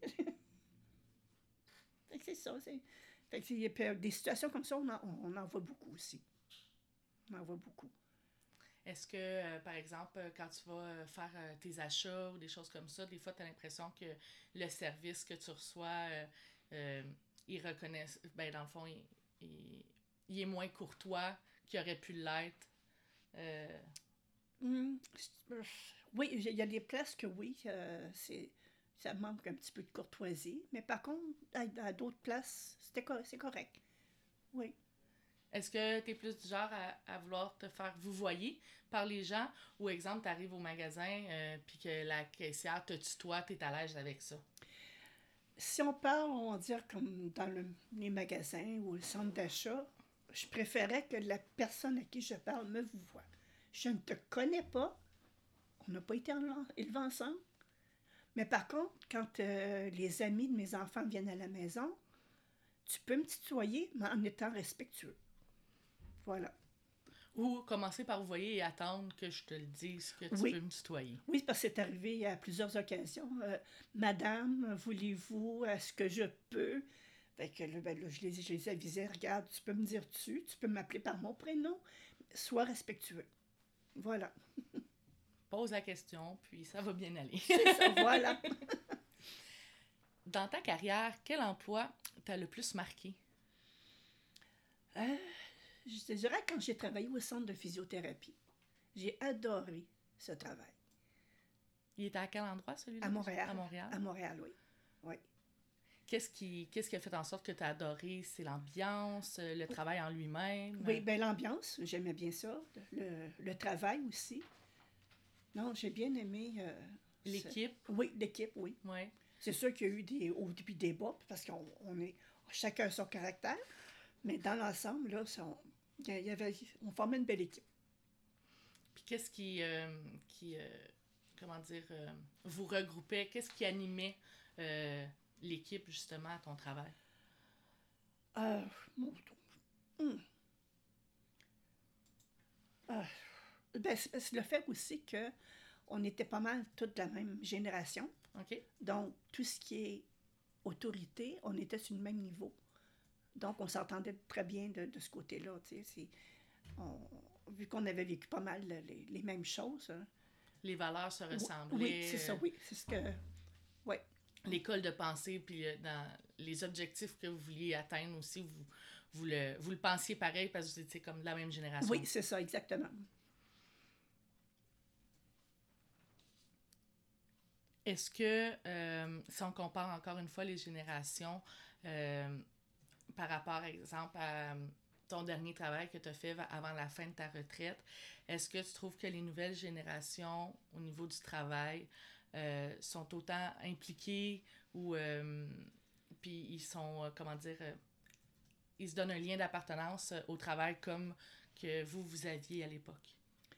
Fait que c'est ça. c'est- Fait que c'est- puis, euh, des situations comme ça, on en, on en voit beaucoup aussi. On en voit beaucoup. Est-ce que, euh, par exemple, euh, quand tu vas euh, faire euh, tes achats ou des choses comme ça, des fois, tu as l'impression que le service que tu reçois, euh, euh, ils reconnaissent, ben, dans le fond, il, il- il est moins courtois qu'il aurait pu l'être. Euh, Hum, c'est- euh, Oui, il y a des places que oui, euh, c'est, ça manque un petit peu de courtoisie. Mais par contre, à, à d'autres places, c'était co- c'est correct. Oui. Est-ce que tu es plus du genre à, à vouloir te faire vous voyer par les gens ou, exemple, tu arrives au magasin euh, puis que la caissière te tutoie, tu es à l'aise avec ça? Si on parle, on va dire, comme dans le- les magasins ou le centre d'achat, je préférais que la personne à qui je parle me vous voie. Je ne te connais pas, on n'a pas été en- élevés ensemble. Mais par contre, quand euh, les amis de mes enfants viennent à la maison, tu peux me tutoyer, mais en étant respectueux. Voilà. Ou commencer par vous voyer et attendre que je te le dise que tu Oui. peux me tutoyer. Oui, parce que c'est arrivé à plusieurs occasions. Euh, Madame, voulez-vous, est-ce que je peux? Fait que là, ben là, je, les, je les avisais, regarde, tu peux me dire tu, tu peux m'appeler par mon prénom, sois respectueux. Voilà. Pose la question, puis ça va bien aller. C'est ça, voilà. Dans ta carrière, quel emploi t'a le plus marqué? Euh, je te dirais quand j'ai travaillé au centre de physiothérapie. J'ai adoré ce travail. Il était à quel endroit, celui-là? À Montréal. À Montréal. À Montréal, oui. Oui. Qu'est-ce qui, qu'est-ce qui a fait en sorte que tu as adoré? C'est l'ambiance, le travail en lui-même? Oui, bien l'ambiance, j'aimais bien ça. Le, le travail aussi. Non, j'ai bien aimé. euh, L'équipe? ce- Oui, l'équipe, oui. Oui. C'est sûr qu'il y a eu des hauts et des bas, parce qu'on on est chacun son caractère. Mais dans l'ensemble, là, ça, on, il y avait, on formait une belle équipe. Puis qu'est-ce qui, euh, qui euh, comment dire, euh, vous regroupait? Qu'est-ce qui animait euh, l'équipe, justement, à ton travail? Euh, mon Dieu. Hum. Euh, ben, c'est c'est le fait aussi que on était pas mal toute la même génération. OK? Donc, tout ce qui est autorité, on était sur le même niveau. Donc, on s'entendait très bien de, de ce côté-là. Tu sais, c'est- on- vu qu'on avait vécu pas mal les, les mêmes choses. Hein. Les valeurs se ressemblaient. Oui, c'est ça, oui. C'est ce que. Oui. L'école de pensée, puis euh, dans les objectifs que vous vouliez atteindre aussi, vous, vous, le, vous le pensiez pareil parce que vous étiez comme de la même génération. Oui, c'est ça, exactement. Est-ce que, euh, si on compare encore une fois les générations, euh, par rapport, par exemple, à ton dernier travail que tu as fait avant la fin de ta retraite, est-ce que tu trouves que les nouvelles générations, au niveau du travail, euh, sont autant impliquées ou euh, puis ils sont, euh, comment dire, euh, ils se donnent un lien d'appartenance au travail comme que vous, vous aviez à l'époque?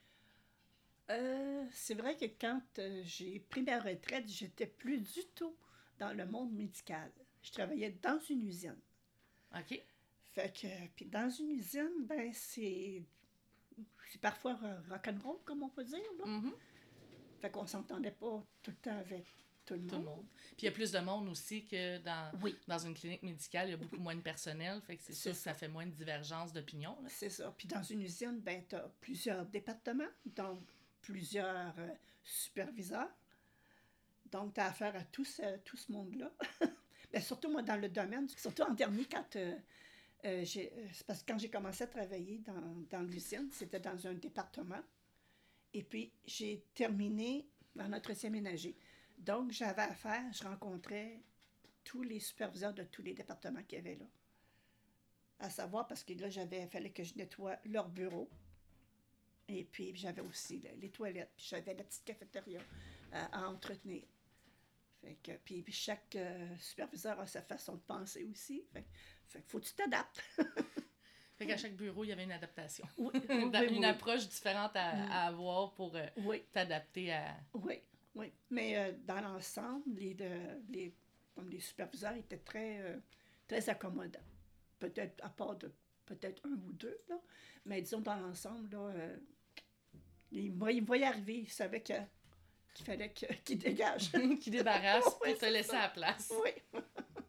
Euh, c'est vrai que quand euh, j'ai pris ma retraite, j'étais plus du tout dans le monde médical. Je travaillais dans une usine. OK. Fait que, puis dans une usine, ben c'est, c'est parfois rock'n'roll, comme on peut dire, là. Mm-hmm. Fait qu'on s'entendait pas tout le temps avec tout le monde. Tout le monde. Puis il y a plus de monde aussi que dans, Oui. dans une clinique médicale, il y a beaucoup Oui. moins de personnel, fait que c'est, C'est sûr que ça fait moins de divergence d'opinion. Là. C'est ça. Puis dans une usine, ben t'as plusieurs départements, donc plusieurs euh, superviseurs. Donc, tu as affaire à tout ce, tout ce monde-là. Mais surtout, moi, dans le domaine, surtout en dernier, quand euh, euh, j'ai... C'est parce que quand j'ai commencé à travailler dans, dans l'usine, c'était dans un département. Et puis, j'ai terminé en entretien ménager. Donc, j'avais affaire, je rencontrais tous les superviseurs de tous les départements qu'il y avait là. À savoir, parce que là, j'avais, fallait que je nettoie leur bureau. Et puis, j'avais aussi les toilettes, puis j'avais la petite cafétéria à, à entretenir. Fait que, puis, puis chaque euh, superviseur a sa façon de penser aussi. Fait, fait que faut que tu t'adaptes. Fait qu'à chaque bureau, il y avait une adaptation. Oui, une oui, oui. approche différente à, à avoir pour euh, oui. t'adapter à... Oui, oui. Mais euh, dans l'ensemble, les, de, les, comme les superviseurs étaient très, euh, très accommodants. Peut-être à part de peut-être un ou deux, là. Mais disons, dans l'ensemble, là, euh, ils, ils me voyaient arriver, ils savaient que, qu'il fallait que, qu'ils dégagent. qui débarrasse pour Oui, te c'est laisser ça. à la place. Oui.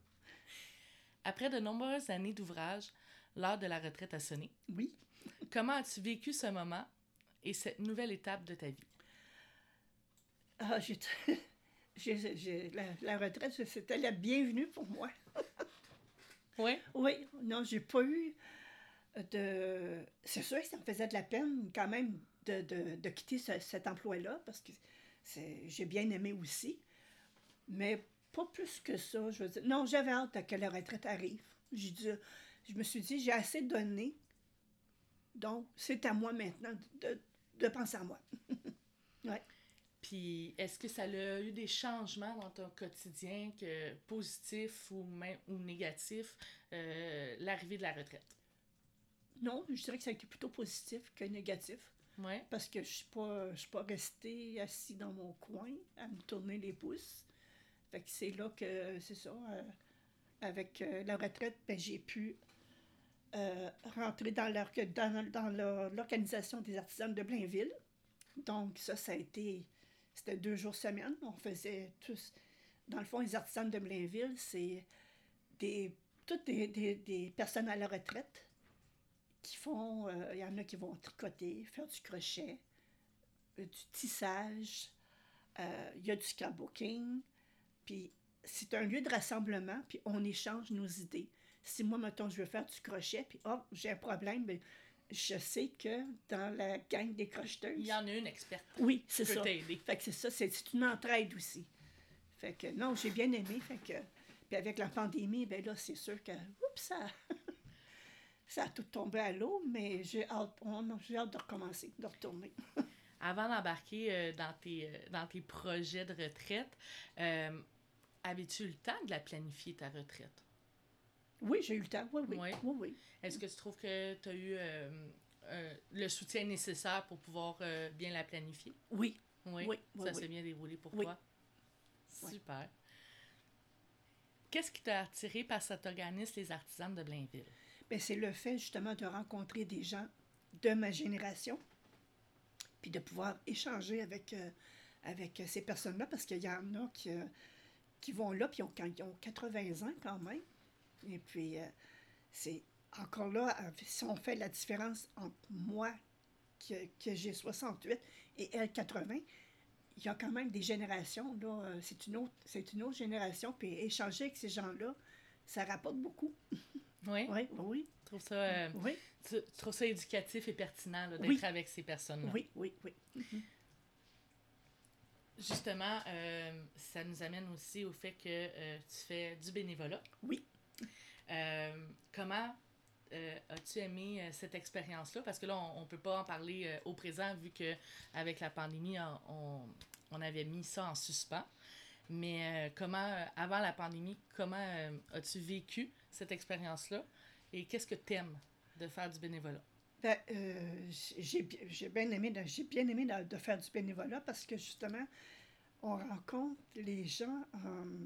Après de nombreuses années d'ouvrage, l'heure de la retraite a sonné. Oui. Comment as-tu vécu ce moment et cette nouvelle étape de ta vie? Ah, j'ai, j'ai, j'ai, la, la retraite, c'était la bienvenue pour moi. Oui? Oui, non, j'ai pas eu de... C'est sûr que ça me faisait de la peine quand même de, de, de quitter ce, cet emploi-là, parce que c'est, j'ai bien aimé aussi, mais pas plus que ça, je veux dire. Non, j'avais hâte que la retraite arrive. J'ai dit, je me suis dit, j'ai assez donné, donc c'est à moi maintenant de, de penser à moi. Oui. Puis, est-ce que ça a eu des changements dans ton quotidien, que positifs ou, même, ou négatifs, euh, l'arrivée de la retraite? Non, je dirais que ça a été plutôt positif que négatif. Oui. Parce que je ne suis pas, je suis pas restée assis dans mon coin à me tourner les pouces. Fait que c'est là que, c'est ça, euh, avec euh, la retraite, ben, j'ai pu euh, rentrer dans, leur, dans, dans leur, l'organisation des artisans de Blainville. Donc ça, ça a été, c'était deux jours semaine. On faisait tous, dans le fond, les artisans de Blainville, c'est des, toutes des, des, des personnes à la retraite qui font, il euh, y en a qui vont tricoter, faire du crochet, euh, du tissage, il euh, y a du scrapbooking, puis c'est un lieu de rassemblement, puis on échange nos idées. Si moi, mettons, je veux faire du crochet, puis oh, j'ai un problème, bien, je sais que dans la gang des crocheteuses... Il y en a une experte. Oui, c'est qui peut ça. t'aider. Fait que c'est ça, c'est, c'est une entraide aussi. Fait que non, j'ai bien aimé, fait que... Puis avec la pandémie, bien là, c'est sûr que... Oups, ça... Ça a tout tombé à l'eau, mais j'ai hâte, on, j'ai hâte de recommencer, de retourner. Avant d'embarquer euh, dans, tes, euh, dans tes projets de retraite, euh, avais-tu eu le temps de la planifier, ta retraite? Oui, j'ai eu le temps, oui, oui. Oui. oui, oui. Est-ce que tu trouves que tu as eu euh, euh, le soutien nécessaire pour pouvoir euh, bien la planifier? Oui. Oui. Oui, Ça oui, s'est oui. bien déroulé pour Oui. toi? Super. Qu'est-ce qui t'a attiré par cet organisme, les Artisanes de Blainville? Bien, c'est le fait justement de rencontrer des gens de ma génération, puis de pouvoir échanger avec, euh, avec ces personnes-là, parce qu'il y en a qui, euh, qui vont là, puis ils ont, ils ont quatre-vingts ans quand même. Et puis, euh, c'est encore là, si on fait la différence entre moi, que, que j'ai soixante-huit, et elle, quatre-vingts, il y a quand même des générations, là, c'est une autre, c'est une autre génération, puis échanger avec ces gens-là, ça rapporte beaucoup. Oui? Oui, oui. Tu trouves ça, euh, oui. tu, tu trouves ça éducatif et pertinent là, d'être Oui. avec ces personnes-là? Oui, oui, oui. Mm-hmm. Justement, euh, ça nous amène aussi au fait que euh, tu fais du bénévolat. Oui. Euh, comment euh, as-tu aimé euh, cette expérience-là? Parce que là, on ne peut pas en parler euh, au présent vu qu'avec la pandémie, on, on avait mis ça en suspens. Mais euh, comment, euh, avant la pandémie, comment euh, as-tu vécu cette expérience-là? Et qu'est-ce que tu aimes de faire du bénévolat? Ben, euh, j'ai, j'ai bien aimé, de, j'ai bien aimé de, de faire du bénévolat parce que justement, on rencontre les gens euh,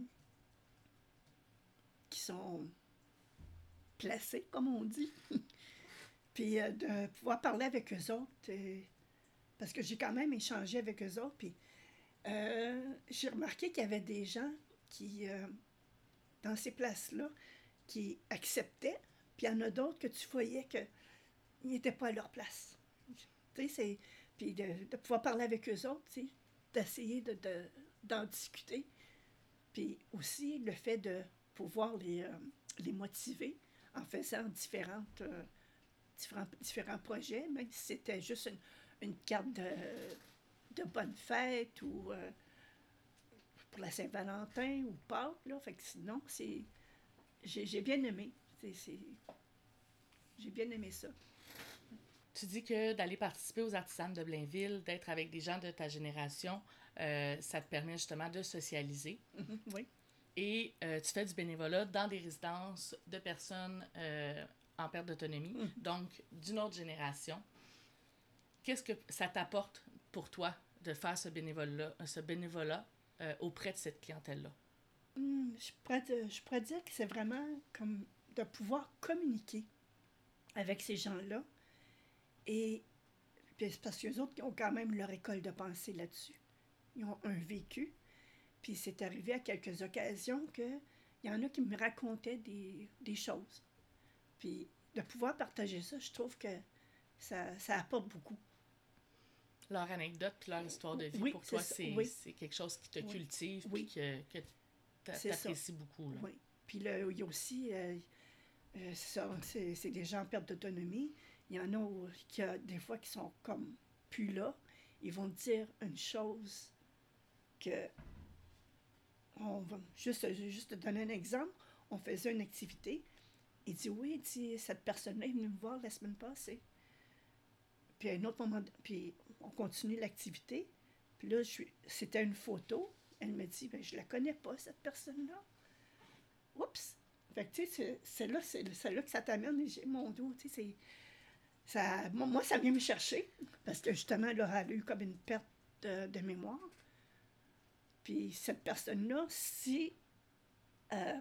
qui sont placés, comme on dit. Puis euh, de pouvoir parler avec eux autres, euh, parce que j'ai quand même échangé avec eux autres. Puis euh, j'ai remarqué qu'il y avait des gens qui, euh, dans ces places-là, qui acceptaient. Puis il y en a d'autres que tu voyais que ils n'étaient pas à leur place. Tu sais, c'est... Puis de, de pouvoir parler avec eux autres, tu sais, d'essayer de, de, d'en discuter. Puis aussi le fait de pouvoir les, euh, les motiver en faisant différentes, euh, différents, différents projets, même si c'était juste une, une carte de, de bonne fête ou euh, pour la Saint-Valentin ou Pâques, là. Fait que sinon, c'est... J'ai, j'ai bien aimé. C'est, c'est... J'ai bien aimé ça. Tu dis que d'aller participer aux Artisanes de Blainville, d'être avec des gens de ta génération, euh, ça te permet justement de socialiser. Mm-hmm, oui. Et euh, tu fais du bénévolat dans des résidences de personnes euh, en perte d'autonomie, mm. donc d'une autre génération. Qu'est-ce que ça t'apporte pour toi de faire ce bénévolat, ce bénévolat euh, auprès de cette clientèle-là? Mm, je, pourrais, je pourrais dire que c'est vraiment comme de pouvoir communiquer avec ces gens-là. Et puis c'est parce qu'eux autres ils ont quand même leur école de pensée là-dessus. Ils ont un vécu. Puis c'est arrivé à quelques occasions qu'il y en a qui me racontaient des, des choses. Puis de pouvoir partager ça, je trouve que ça, ça apporte beaucoup. Leur anecdote puis leur histoire de vie, oui, pour toi, c'est, c'est, oui. c'est quelque chose qui te oui. cultive oui. puis que, que t'apprécies beaucoup. Là. Oui. Puis là, il y a aussi, euh, euh, ça, c'est, c'est des gens en perte d'autonomie. Il y en a où, qui a des fois qui sont comme plus là. Ils vont dire une chose que... On va juste, juste te donner un exemple. On faisait une activité. Il dit, oui, il dit, cette personne-là est venue me voir la semaine passée. Puis à un autre moment, puis on continue l'activité. Puis là, je suis, c'était une photo. Elle me dit, ben, je la connais pas, cette personne-là. Oups! Fait que, tu sais, c'est, c'est, là, c'est, c'est là que ça t'amène. Et j'ai mon dos, tu sais, c'est... Ça, moi, ça vient me chercher, parce que justement, là, elle a eu comme une perte de, de mémoire. Puis cette personne-là, si, euh,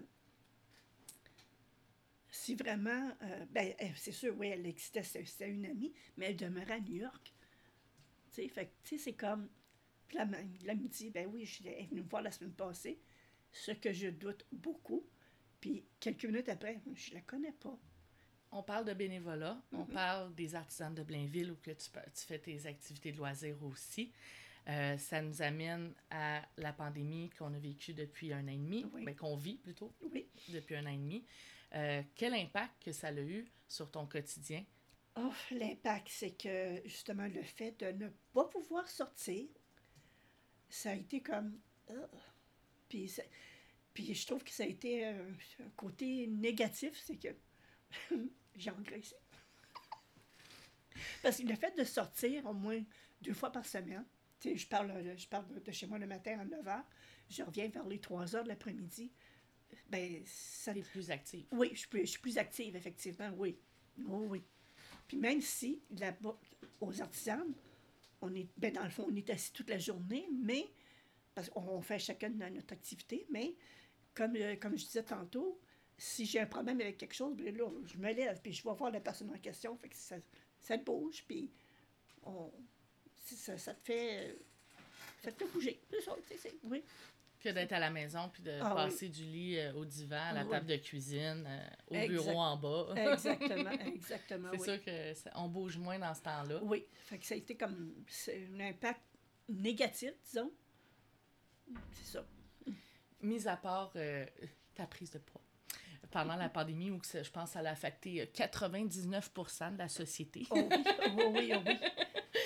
si vraiment, euh, ben, c'est sûr, oui, elle existait, c'était une amie, mais elle demeurait à New York. Tu sais, fait que, tu sais, c'est comme, puis là, elle me dit, ben oui, elle est venue me voir la semaine passée, ce que je doute beaucoup. Puis quelques minutes après, je la connais pas. On parle de bénévolat, mm-hmm. on parle des Artisanes de Blainville où que tu, tu fais tes activités de loisirs aussi. Euh, ça nous amène à la pandémie qu'on a vécue depuis un an et demi, oui. ben, qu'on vit plutôt oui. depuis un an et demi. Euh, quel impact que ça a eu sur ton quotidien? Oh, l'impact, c'est que justement le fait de ne pas pouvoir sortir, ça a été comme... Oh. Puis, ça, puis je trouve que ça a été euh, un côté négatif, c'est que j'ai engraissé. Parce que le fait de sortir au moins deux fois par semaine, tu sais, je parle, je parle de chez moi le matin à neuf heures, je reviens vers les trois heures de l'après-midi, ben ça... T'es plus active. Oui, je suis plus, je suis plus active, effectivement, oui. Oui, oui. Puis même si, là-bas, aux Artisanes, on est, ben dans le fond, on est assis toute la journée, mais, parce qu'on fait chacun notre activité, mais, comme, comme je disais tantôt, si j'ai un problème avec quelque chose, bien là, je me lève, puis je vais voir la personne en question, fait que ça, ça te bouge, puis on, ça, ça te fait ça te fait bouger, c'est ça, tu sais, oui. Que d'être à la maison, puis de ah, passer oui. du lit euh, au divan, à la ah, table oui. de cuisine, euh, au exact. bureau en bas. Exactement, exactement, C'est oui. sûr qu'on bouge moins dans ce temps-là. Oui, fait que ça a été comme, c'est un impact négatif, disons, c'est ça. Mis à part euh, ta prise de poids. Pendant la pandémie, où je pense que ça a affecté quatre-vingt-dix-neuf pour cent de la société. Oh oui, oh oui, oh oui. Oh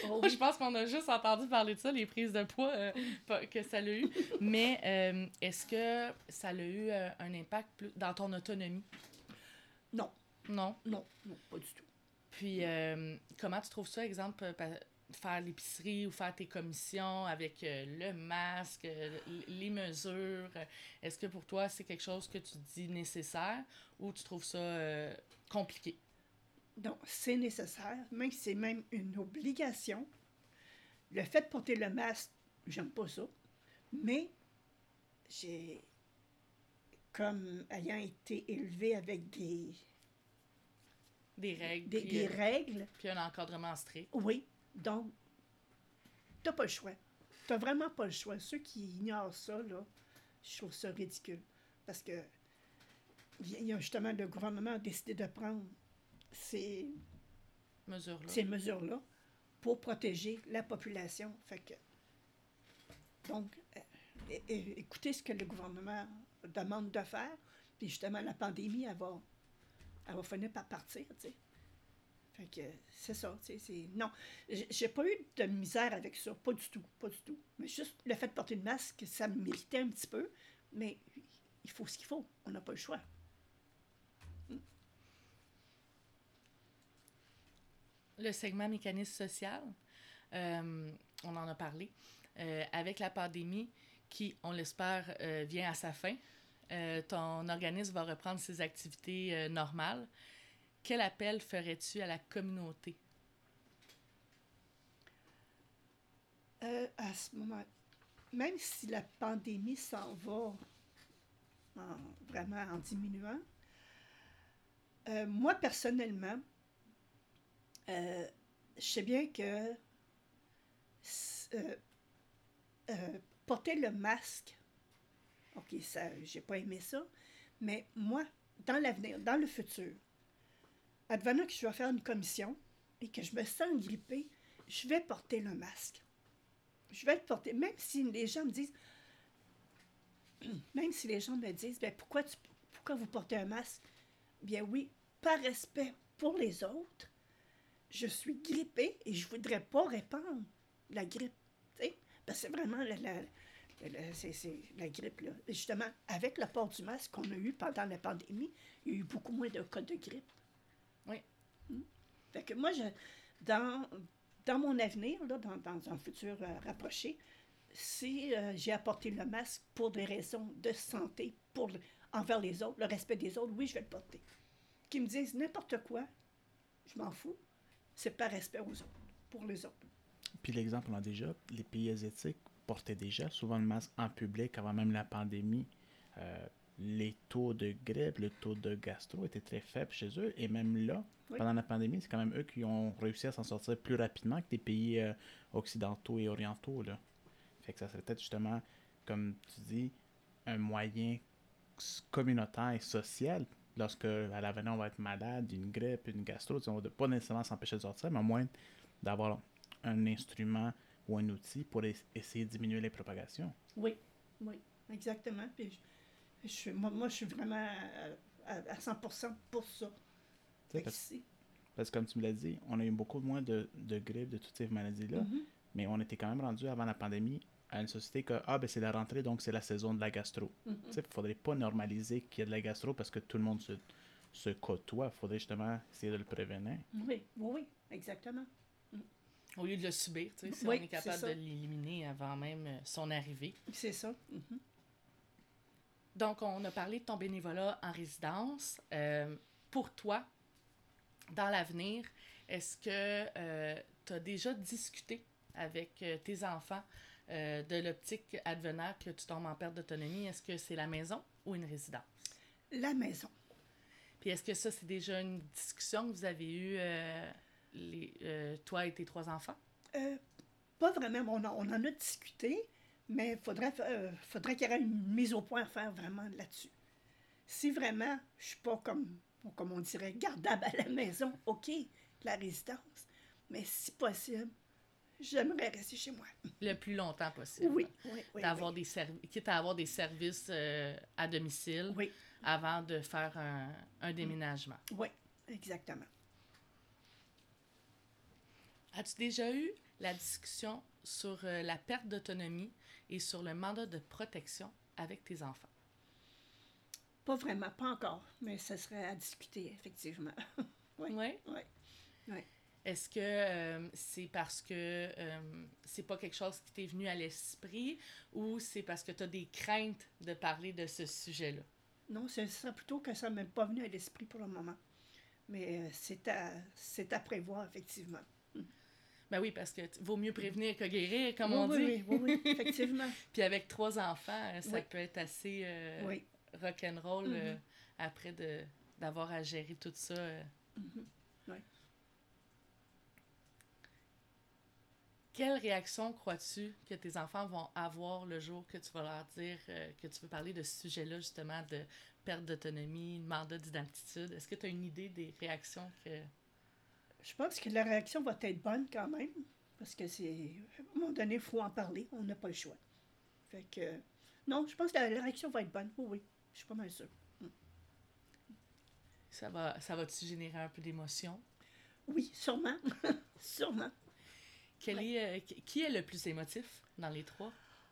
Oh, Je oui. pense qu'on a juste entendu parler de ça, les prises de poids euh, pas- que ça l'a eu. Mais euh, est-ce que ça a eu euh, un impact plus dans ton autonomie? Non, Non. non, non, pas du tout. Puis, euh, comment tu trouves ça, exemple, euh, pa- faire l'épicerie ou faire tes commissions avec euh, le masque, euh, l- les mesures? euh, Est-ce que pour toi, c'est quelque chose que tu dis nécessaire ou tu trouves ça euh, compliqué? Donc, c'est nécessaire, même si c'est même une obligation. Le fait de porter le masque, j'aime pas ça, mais j'ai, comme ayant été élevée avec des, Des règles, des, puis, des euh, règles, puis un encadrement strict. oui, donc, t'as pas le choix. T'as vraiment pas le choix. Ceux qui ignorent ça, là, je trouve ça ridicule. Parce que, il y a justement, le gouvernement a décidé de prendre ces, Mesure-là. ces mesures-là pour protéger la population. Fait que, donc, euh, é- é- écoutez ce que le gouvernement demande de faire, puis justement, la pandémie, elle va, elle va finir par partir, tu sais. Fait que c'est ça, tu sais, c'est... Non, j'ai j'ai pas eu de misère avec ça, pas du tout, pas du tout. Mais juste le fait de porter le masque, ça me méritait un petit peu, mais il faut ce qu'il faut, on n'a pas le choix. Le segment mécanisme social, euh, on en a parlé, euh, avec la pandémie qui, on l'espère, euh, vient à sa fin, euh, ton organisme va reprendre ses activités euh, normales. Quel appel ferais-tu à la communauté? Euh, à ce moment, même si la pandémie s'en va en- vraiment en diminuant, euh, moi, personnellement, euh, je sais bien que s- euh, euh, porter le masque, ok, ça, j'ai pas aimé ça, mais moi, dans l'avenir, dans le futur, advenant que je vais faire une commission et que je me sens grippée, je vais porter le masque. Je vais le porter, même si les gens me disent, même si les gens me disent, ben pourquoi, tu, pourquoi vous portez un masque? Bien oui, par respect pour les autres, je suis grippée et je ne voudrais pas répandre la grippe. T'sais? Parce que c'est vraiment la, la, la, la- c'est, c'est la grippe. Là. Et justement, avec le port du masque qu'on a eu pendant la pandémie, il y a eu beaucoup moins de cas de grippe. Oui. Hmm? Fait que moi, je, dans, dans mon avenir, là, dans, dans un futur euh, rapproché, si euh, j'ai apporté le masque pour des raisons de santé, pour le- envers les autres, le respect des autres, oui, je vais le porter. Qu'ils me disent n'importe quoi, je m'en fous. C'est par respect aux autres, pour les autres. Puis l'exemple, on a déjà, les pays asiatiques portaient déjà souvent le masque en public avant même la pandémie. Euh, les taux de grippe, le taux de gastro étaient très faibles chez eux. Et même là, Oui. pendant la pandémie, c'est quand même eux qui ont réussi à s'en sortir plus rapidement que les pays euh, occidentaux et orientaux. Là. Fait que ça serait peut-être justement, comme tu dis, un moyen s- communautaire et social. Lorsque à l'avenir on va être malade, d'une grippe, une gastro, tu sais, on ne va pas nécessairement s'empêcher de sortir, mais au moins d'avoir un instrument ou un outil pour es- essayer de diminuer les propagations. Oui, oui, exactement. Puis je, je suis- moi, moi, je suis vraiment à, à, à cent pour cent pour ça. Tu sais, Fait que Parce, c'est- parce que comme tu me l'as dit, on a eu beaucoup moins de, de grippe, de toutes ces maladies-là, Mhm. mais on était quand même rendu avant la pandémie à une société que ah ben c'est la rentrée donc c'est la saison de la gastro. Mhm. Tu sais, il faudrait pas normaliser qu'il y a de la gastro parce que tout le monde se, se côtoie. Il faudrait justement essayer de le prévenir. Oui, oui, oui, exactement. Au lieu de le subir, tu sais, si Oui, on est c'est capable ça. de l'éliminer avant même euh, son arrivée. C'est ça. Mhm. Donc, on a parlé de ton bénévolat en résidence. Euh, pour toi, dans l'avenir, est-ce que tu as déjà discuté avec euh, tes enfants euh, de l'optique advenant que tu tombes en perte d'autonomie? Est-ce que c'est la maison ou une résidence? La maison. Puis est-ce que ça, c'est déjà une discussion que vous avez eue, euh, les, euh, toi et tes trois enfants? Euh, pas vraiment, on, en- on en a discuté, mais il faudrait, euh, faudrait qu'il y ait une mise au point à faire vraiment là-dessus. Si vraiment je suis pas comme, comme on dirait, gardable à la maison, OK, la résidence. Mais si possible, j'aimerais rester chez moi. Le plus longtemps possible. Oui, oui, oui. D'avoir oui. des servi- quitte à avoir des services euh, à domicile Oui, avant de faire un, un déménagement. oui, exactement. As-tu déjà eu la discussion sur euh, la perte d'autonomie et sur le mandat de protection avec tes enfants? Pas vraiment, pas encore, mais ça serait à discuter, effectivement. Oui. Oui? Oui. Oui. Est-ce que euh, c'est parce que euh, c'est pas quelque chose qui t'est venu à l'esprit ou c'est parce que tu as des craintes de parler de ce sujet-là? Non, c'est ça plutôt que ça ne m'est pas venu à l'esprit pour le moment. Mais euh, c'est à, c'est à prévoir, effectivement. Ben oui, parce que t- vaut mieux prévenir que guérir, comme oui, on oui, dit. oui, oui, oui, effectivement. Puis avec trois enfants, euh, ça Oui. peut être assez euh, Oui. rock'n'roll euh, Mhm. après de, d'avoir à gérer tout ça. euh. Mhm. Oui. Quelle réaction crois-tu que tes enfants vont avoir le jour que tu vas leur dire euh, que tu veux parler de ce sujet-là, justement, de perte d'autonomie, mandat d'identitude? Est-ce que tu as une idée des réactions que... Je pense que la réaction va être bonne quand même, parce que c'est. À un moment donné, il faut en parler, on n'a pas le choix. Fait que. Non, je pense que la, la réaction va être bonne. Oui, oui, je suis pas mal sûre. Ça va, ça va-tu générer un peu d'émotion? Oui, sûrement. Sûrement. Quel Ouais. est, euh, qui qui est le plus émotif dans les trois?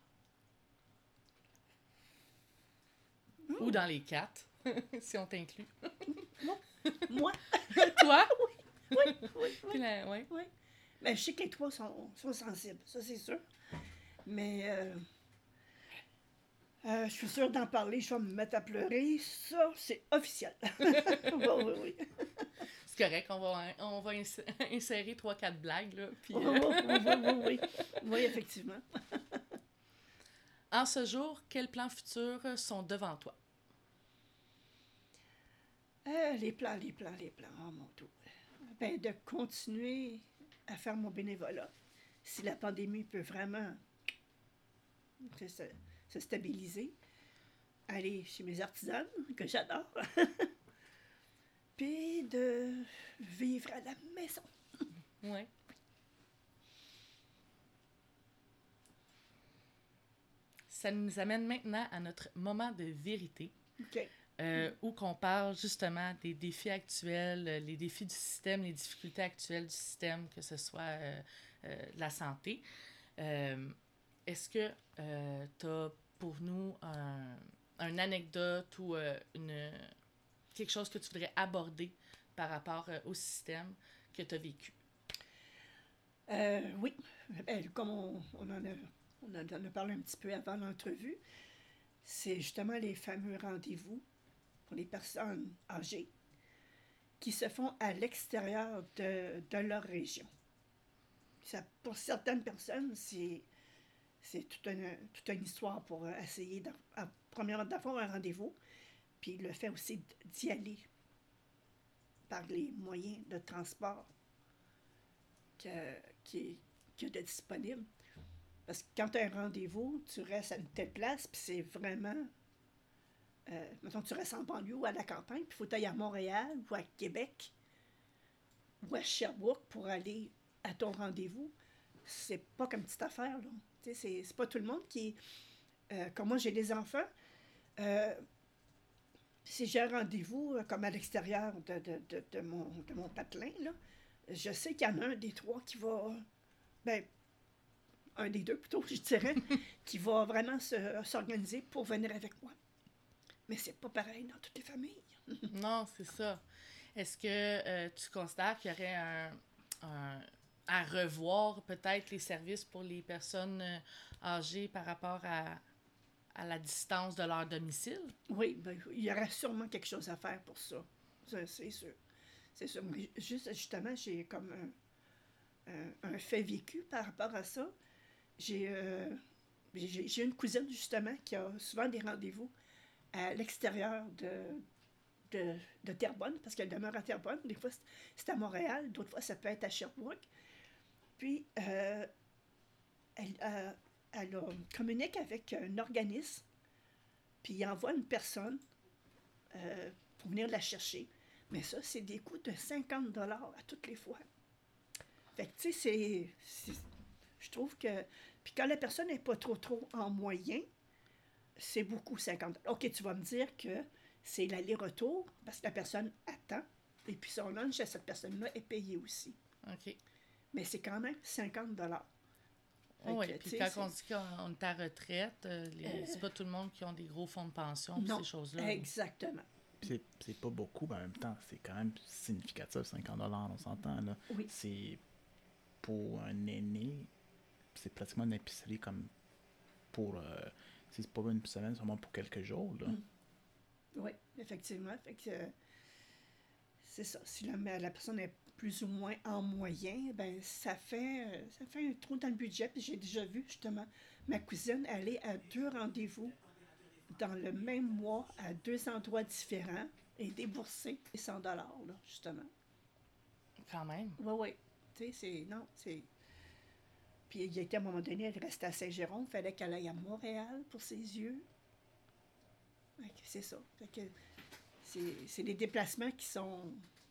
Ou dans les quatre, si on t'inclut. Moi, Toi? oui, oui, Puis oui. la- ouais. oui. Mais je sais que les trois sont, sont sensibles, ça c'est sûr. Mais euh, euh, je suis sûre d'en parler, je vais me mettre à pleurer. Ça, c'est officiel. oui, oui, oui. C'est correct, on va, on va ins- insérer trois quatre blagues, là. Puis, Oui, euh, oui, oui, oui, oui, oui. Oui, effectivement. En ce jour, quels plans futurs sont devant toi? Euh, les plans, les plans, les plans, oh mon Dieu. Ben, de continuer à faire mon bénévolat. Si la pandémie peut vraiment se, se- se stabiliser, aller chez mes artisanes, que j'adore, puis de vivre à la maison. Ouais. Ça nous amène maintenant à notre moment de vérité, OK. euh, où qu'on parle justement des défis actuels, euh, les défis du système, les difficultés actuelles du système, que ce soit euh, euh, la santé. Euh, Est-ce que tu as pour nous un, une anecdote ou euh, une, quelque chose que tu voudrais aborder par rapport euh, au système que tu as vécu? Euh, oui, ben, comme on, on en a, on en a parlé un petit peu avant l'entrevue, c'est justement les fameux rendez-vous pour les personnes âgées qui se font à l'extérieur de, de leur région. Ça, pour certaines personnes, c'est, c'est toute, une, toute une histoire pour essayer, de, à, premièrement, d'avoir un rendez-vous, puis le fait aussi d'y aller par les moyens de transport que, qui, qui est de disponible. Parce que quand tu as un rendez-vous, tu restes à une telle place, puis c'est vraiment... Euh, mettons, tu restes en banlieue ou à la campagne, puis il faut aller à Montréal ou à Québec ou à Sherbrooke pour aller à ton rendez-vous. C'est pas comme petite affaire, là. Tu sais, c'est, c'est pas tout le monde qui... Euh, comme moi, j'ai des enfants. Euh, si j'ai un rendez-vous, euh, comme à l'extérieur de, de, de, de, mon, de mon patelin, là, je sais qu'il y en a un des trois qui va... Ben, un des deux plutôt, je dirais, qui va vraiment se, s'organiser pour venir avec moi. Mais c'est pas pareil dans toutes les familles. Non, c'est ça. Est-ce que euh, tu considères qu'il y aurait un, un- à revoir peut-être les services pour les personnes euh, âgées par rapport à, à la distance de leur domicile? Oui, ben, il y aurait sûrement quelque chose à faire pour ça. Ça, c'est sûr. C'est sûr. Mais juste, justement, j'ai comme un, un, un fait vécu par rapport à ça. J'ai, euh, j'ai, j'ai une cousine, justement, qui a souvent des rendez-vous à l'extérieur de, de, de Terrebonne, parce qu'elle demeure à Terrebonne. Des fois, c'est- c'est à Montréal, d'autres fois, ça peut être à Sherbrooke. Puis, euh, elle, euh, elle a- communique avec un organisme, puis il envoie une personne euh, pour venir la chercher. Mais ça, c'est des coûts de cinquante dollars à toutes les fois. Fait que, tu sais, c'est, c'est- je trouve que... Puis quand la personne n'est pas trop, trop en moyen, c'est beaucoup, cinquante dollars. OK, tu vas me dire que c'est l'aller-retour, parce que la personne attend, et puis son lunch à cette personne-là est payé aussi. OK. mais c'est quand même cinquante dollars. Oui, puis quand on dit qu'on est à retraite, euh, les, euh, c'est pas tout le monde qui ont des gros fonds de pension, non, ces choses-là. Exactement. C'est, c'est pas beaucoup, mais en même temps, c'est quand même significatif, cinquante dollars, on s'entend, là. Oui. C'est, pour un aîné, c'est pratiquement une épicerie comme pour, euh, si c'est pas une semaine, c'est vraiment pour quelques jours, là. Mm. Oui, effectivement. Fait que, euh, c'est ça. Si la, la personne est plus ou moins en moyen, ben ça fait, euh, ça fait un trou dans le budget. Puis j'ai déjà vu, justement, ma cousine aller à deux rendez-vous dans le même mois à deux endroits différents et débourser cent dollars, là, justement. Quand même. Oui, oui. Tu sais, c'est... Non, c'est... Puis il y a été à un moment donné, elle restait à Saint-Jérôme, il fallait qu'elle aille à Montréal pour ses yeux. Fait que c'est ça. Fait que c'est, c'est des déplacements qui sont...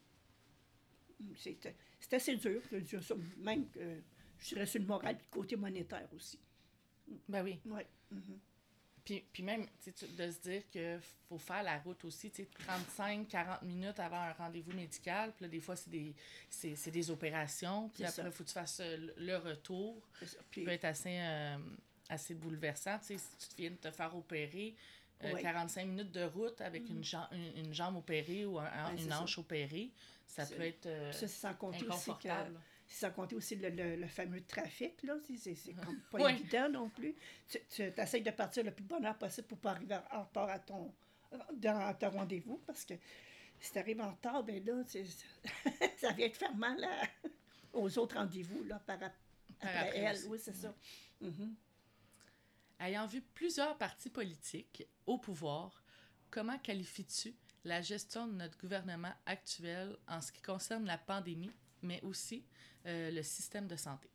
C'est, c'est assez dur. Même, euh, je dirais, sur le moral et le côté monétaire aussi. Ben oui. Oui. Mm-hmm. Puis, puis même, tu sais, de se dire qu'il faut faire la route aussi, tu sais, trente-cinq à quarante minutes avant un rendez-vous médical. Puis là, des fois, c'est des, c'est, c'est des opérations. Puis après, il faut que tu fasses le retour. Ça puis, peut être assez, euh, assez bouleversant. Tu sais, si tu viens de te faire opérer, euh, oui. quarante-cinq minutes de route avec mm-hmm. une, jambe, une, une jambe opérée ou un, ouais, une hanche ça. opérée, ça c'est, peut être euh, ça, c'est sans compter inconfortable. Aussi que... Sans compter aussi le, le, le fameux trafic, là. C'est, c'est, c'est comme pas oui. évident non plus. Tu, tu essaies de partir le plus de bonne heure possible pour ne pas arriver en retard à ton, dans ton rendez-vous, parce que si tu arrives en retard, ben là, ça vient te faire mal à, aux autres rendez-vous, là, par, par après, après elle. Aussi. Oui, c'est ça. Mm-hmm. Ayant vu plusieurs partis politiques au pouvoir, comment qualifies-tu la gestion de notre gouvernement actuel en ce qui concerne la pandémie, mais aussi euh, le système de santé?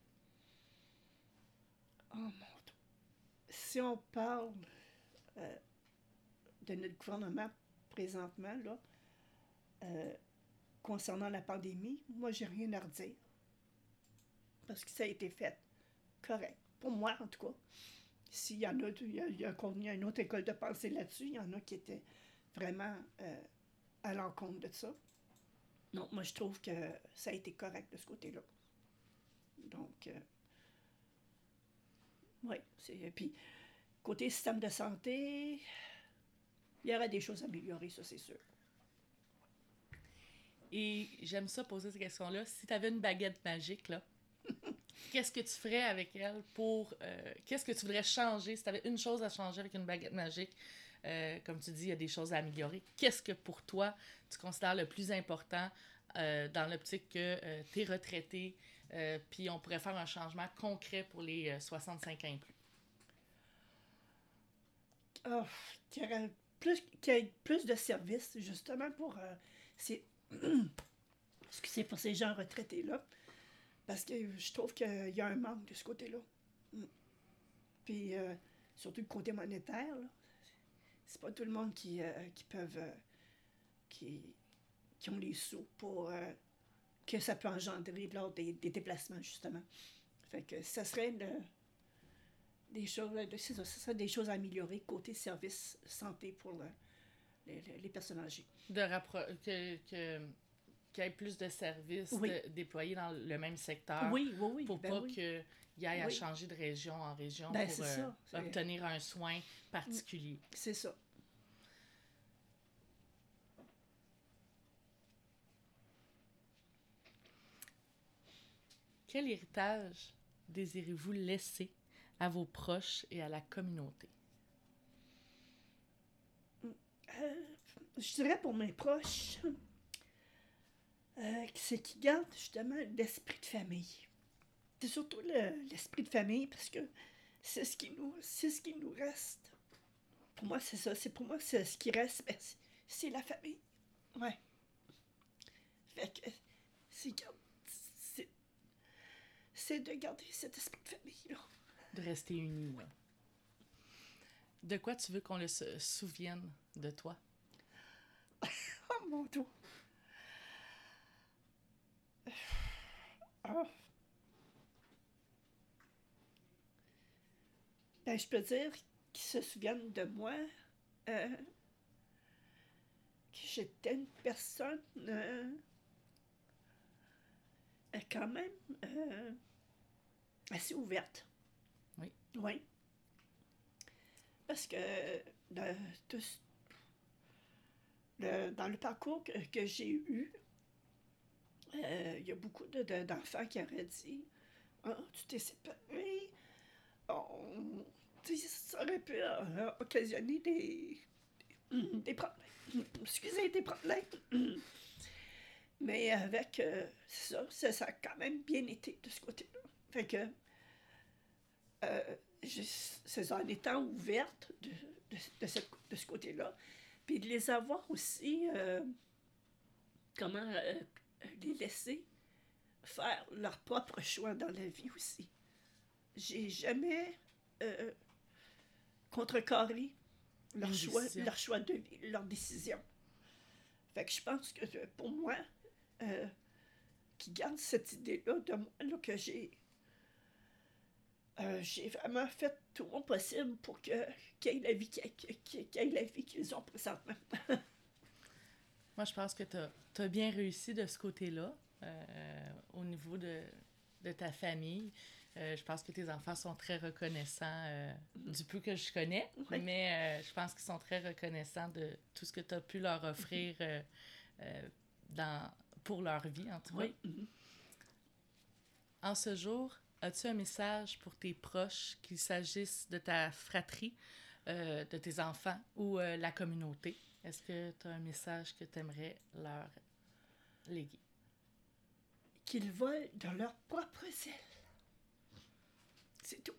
Oh mon Dieu! Si on parle euh, de notre gouvernement présentement, là, euh, concernant la pandémie, moi, j'ai rien à redire. Parce que ça a été fait correct. Pour moi, en tout cas. S'il y en a, il y a, il y a, il y a une autre école de pensée là-dessus, il y en a qui étaient vraiment euh, à l'encontre de ça. Donc, moi, je trouve que ça a été correct de ce côté-là. Donc, euh, oui. Puis, côté système de santé, il y aurait des choses à améliorer, ça, c'est sûr. Et j'aime ça, poser cette question-là. Si tu avais une baguette magique, là, qu'est-ce que tu ferais avec elle pour... Euh, qu'est-ce que tu voudrais changer? Si tu avais une chose à changer avec une baguette magique, euh, comme tu dis, il y a des choses à améliorer. Qu'est-ce que pour toi, tu considères le plus important euh, dans l'optique que euh, tu es retraité, euh, puis on pourrait faire un changement concret pour les euh, soixante-cinq ans et plus? Oh, qu'il y aurait plus, qu'il y ait plus de services, justement, pour... Euh, c'est, excusez, pour ces gens retraités-là. Parce que je trouve qu'il y a un manque de ce côté-là. Mm. Puis, euh, surtout le côté monétaire, là. C'est pas tout le monde qui, euh, qui peuvent... Euh, qui, qui ont les sous pour... Euh, que ça peut engendrer lors des, des déplacements, justement. Fait que ça serait le, des choses... C'est ça, ça serait des choses à améliorer côté service santé pour le, les, les personnes âgées. De rappro- que... que... qu'il y ait plus de services oui. de, déployés dans le même secteur. Oui, oui, oui. Pour ben pas oui. qu'il y ait à oui. changer de région en région ben, pour c'est euh, ça, c'est... obtenir un soin particulier. C'est ça. Quel héritage désirez-vous laisser à vos proches et à la communauté? Euh, je dirais pour mes proches... Euh, c'est qu'ils gardent justement l'esprit de famille. C'est surtout le, l'esprit de famille parce que c'est ce qui nous, c'est ce qui nous reste. Pour moi, c'est ça. C'est pour moi, c'est ce qui reste. Ben, c'est, c'est la famille. Ouais. Fait que c'est, c'est, c'est de garder cet esprit de famille-là. De rester unis, ouais. De quoi tu veux qu'on le se souvienne de toi? Oh mon Dieu! Oh. Ben, je peux dire qu'ils se souviennent de moi, euh, que j'étais une personne euh, est quand même euh, assez ouverte. Oui. Oui. Parce que de, de, de, dans le parcours que, que j'ai eu, il euh, y a beaucoup de, de, d'enfants qui auraient dit oh, « Tu t'es séparé, on, ça aurait pu euh, occasionner des, des, des problèmes. Excusez, des problèmes. » Mais avec euh, ça, ça, ça a quand même bien été de ce côté-là. Fait que, euh, c'est en étant ouverte de, de, de, cette, de ce côté-là, puis de les avoir aussi, euh, comment euh, les laisser faire leur propre choix dans la vie aussi. J'ai jamais euh, contrecarré leur choix, leur choix de vie, leur décision. Fait que je pense que pour moi, euh, qui garde cette idée-là de moi, là, que j'ai euh, j'ai vraiment fait tout mon possible pour que, qu'ils aient la vie, qu'ils, qu'ils aient la vie qu'ils ont présentement. Moi, je pense que tu as bien réussi de ce côté-là, euh, au niveau de, de ta famille. Euh, je pense que tes enfants sont très reconnaissants euh, du peu que je connais, oui. mais euh, je pense qu'ils sont très reconnaissants de tout ce que tu as pu leur offrir euh, euh, dans, pour leur vie, en tout cas. Oui. En ce jour, as-tu un message pour tes proches, qu'il s'agisse de ta fratrie, euh, de tes enfants ou euh, la communauté? Est-ce que tu as un message que tu aimerais leur léguer? Qu'ils volent dans leur propre ailes. C'est tout.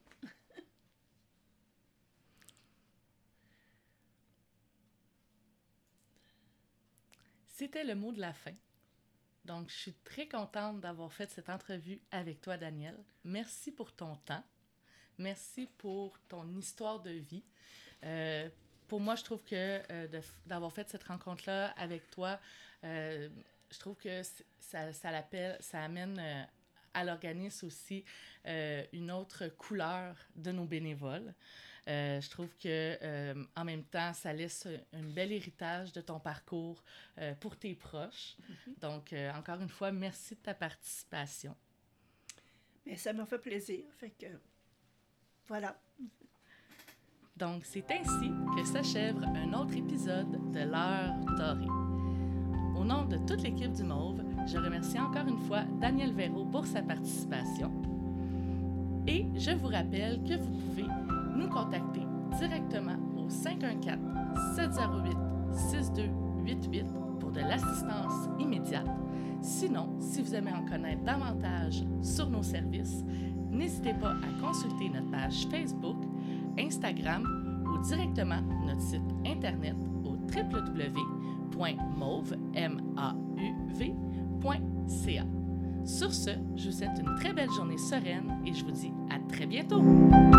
C'était le mot de la fin. Donc, je suis très contente d'avoir fait cette entrevue avec toi, Daniel. Merci pour ton temps. Merci pour ton histoire de vie. Euh, pour moi, je trouve que euh, de, d'avoir fait cette rencontre-là avec toi, euh, je trouve que ça, ça, l'appelle, ça amène euh, à l'organisme aussi euh, une autre couleur de nos bénévoles. Euh, je trouve que euh, en même temps, ça laisse un bel héritage de ton parcours euh, pour tes proches. Mm-hmm. Donc, euh, encore une fois, merci de ta participation. Mais ça m'a fait plaisir. Fait que, voilà. Donc, c'est ainsi que s'achève un autre épisode de l'Heure dorée. Au nom de toute l'équipe du Mauve, je remercie encore une fois Daniel Véro pour sa participation. Et je vous rappelle que vous pouvez nous contacter directement au cinq un quatre, sept zéro huit, six deux huit huit pour de l'assistance immédiate. Sinon, si vous aimez en connaître davantage sur nos services, n'hésitez pas à consulter notre page Facebook, Instagram ou directement notre site internet au w w w point mauve point c a. Sur ce, je vous souhaite une très belle journée sereine et je vous dis à très bientôt!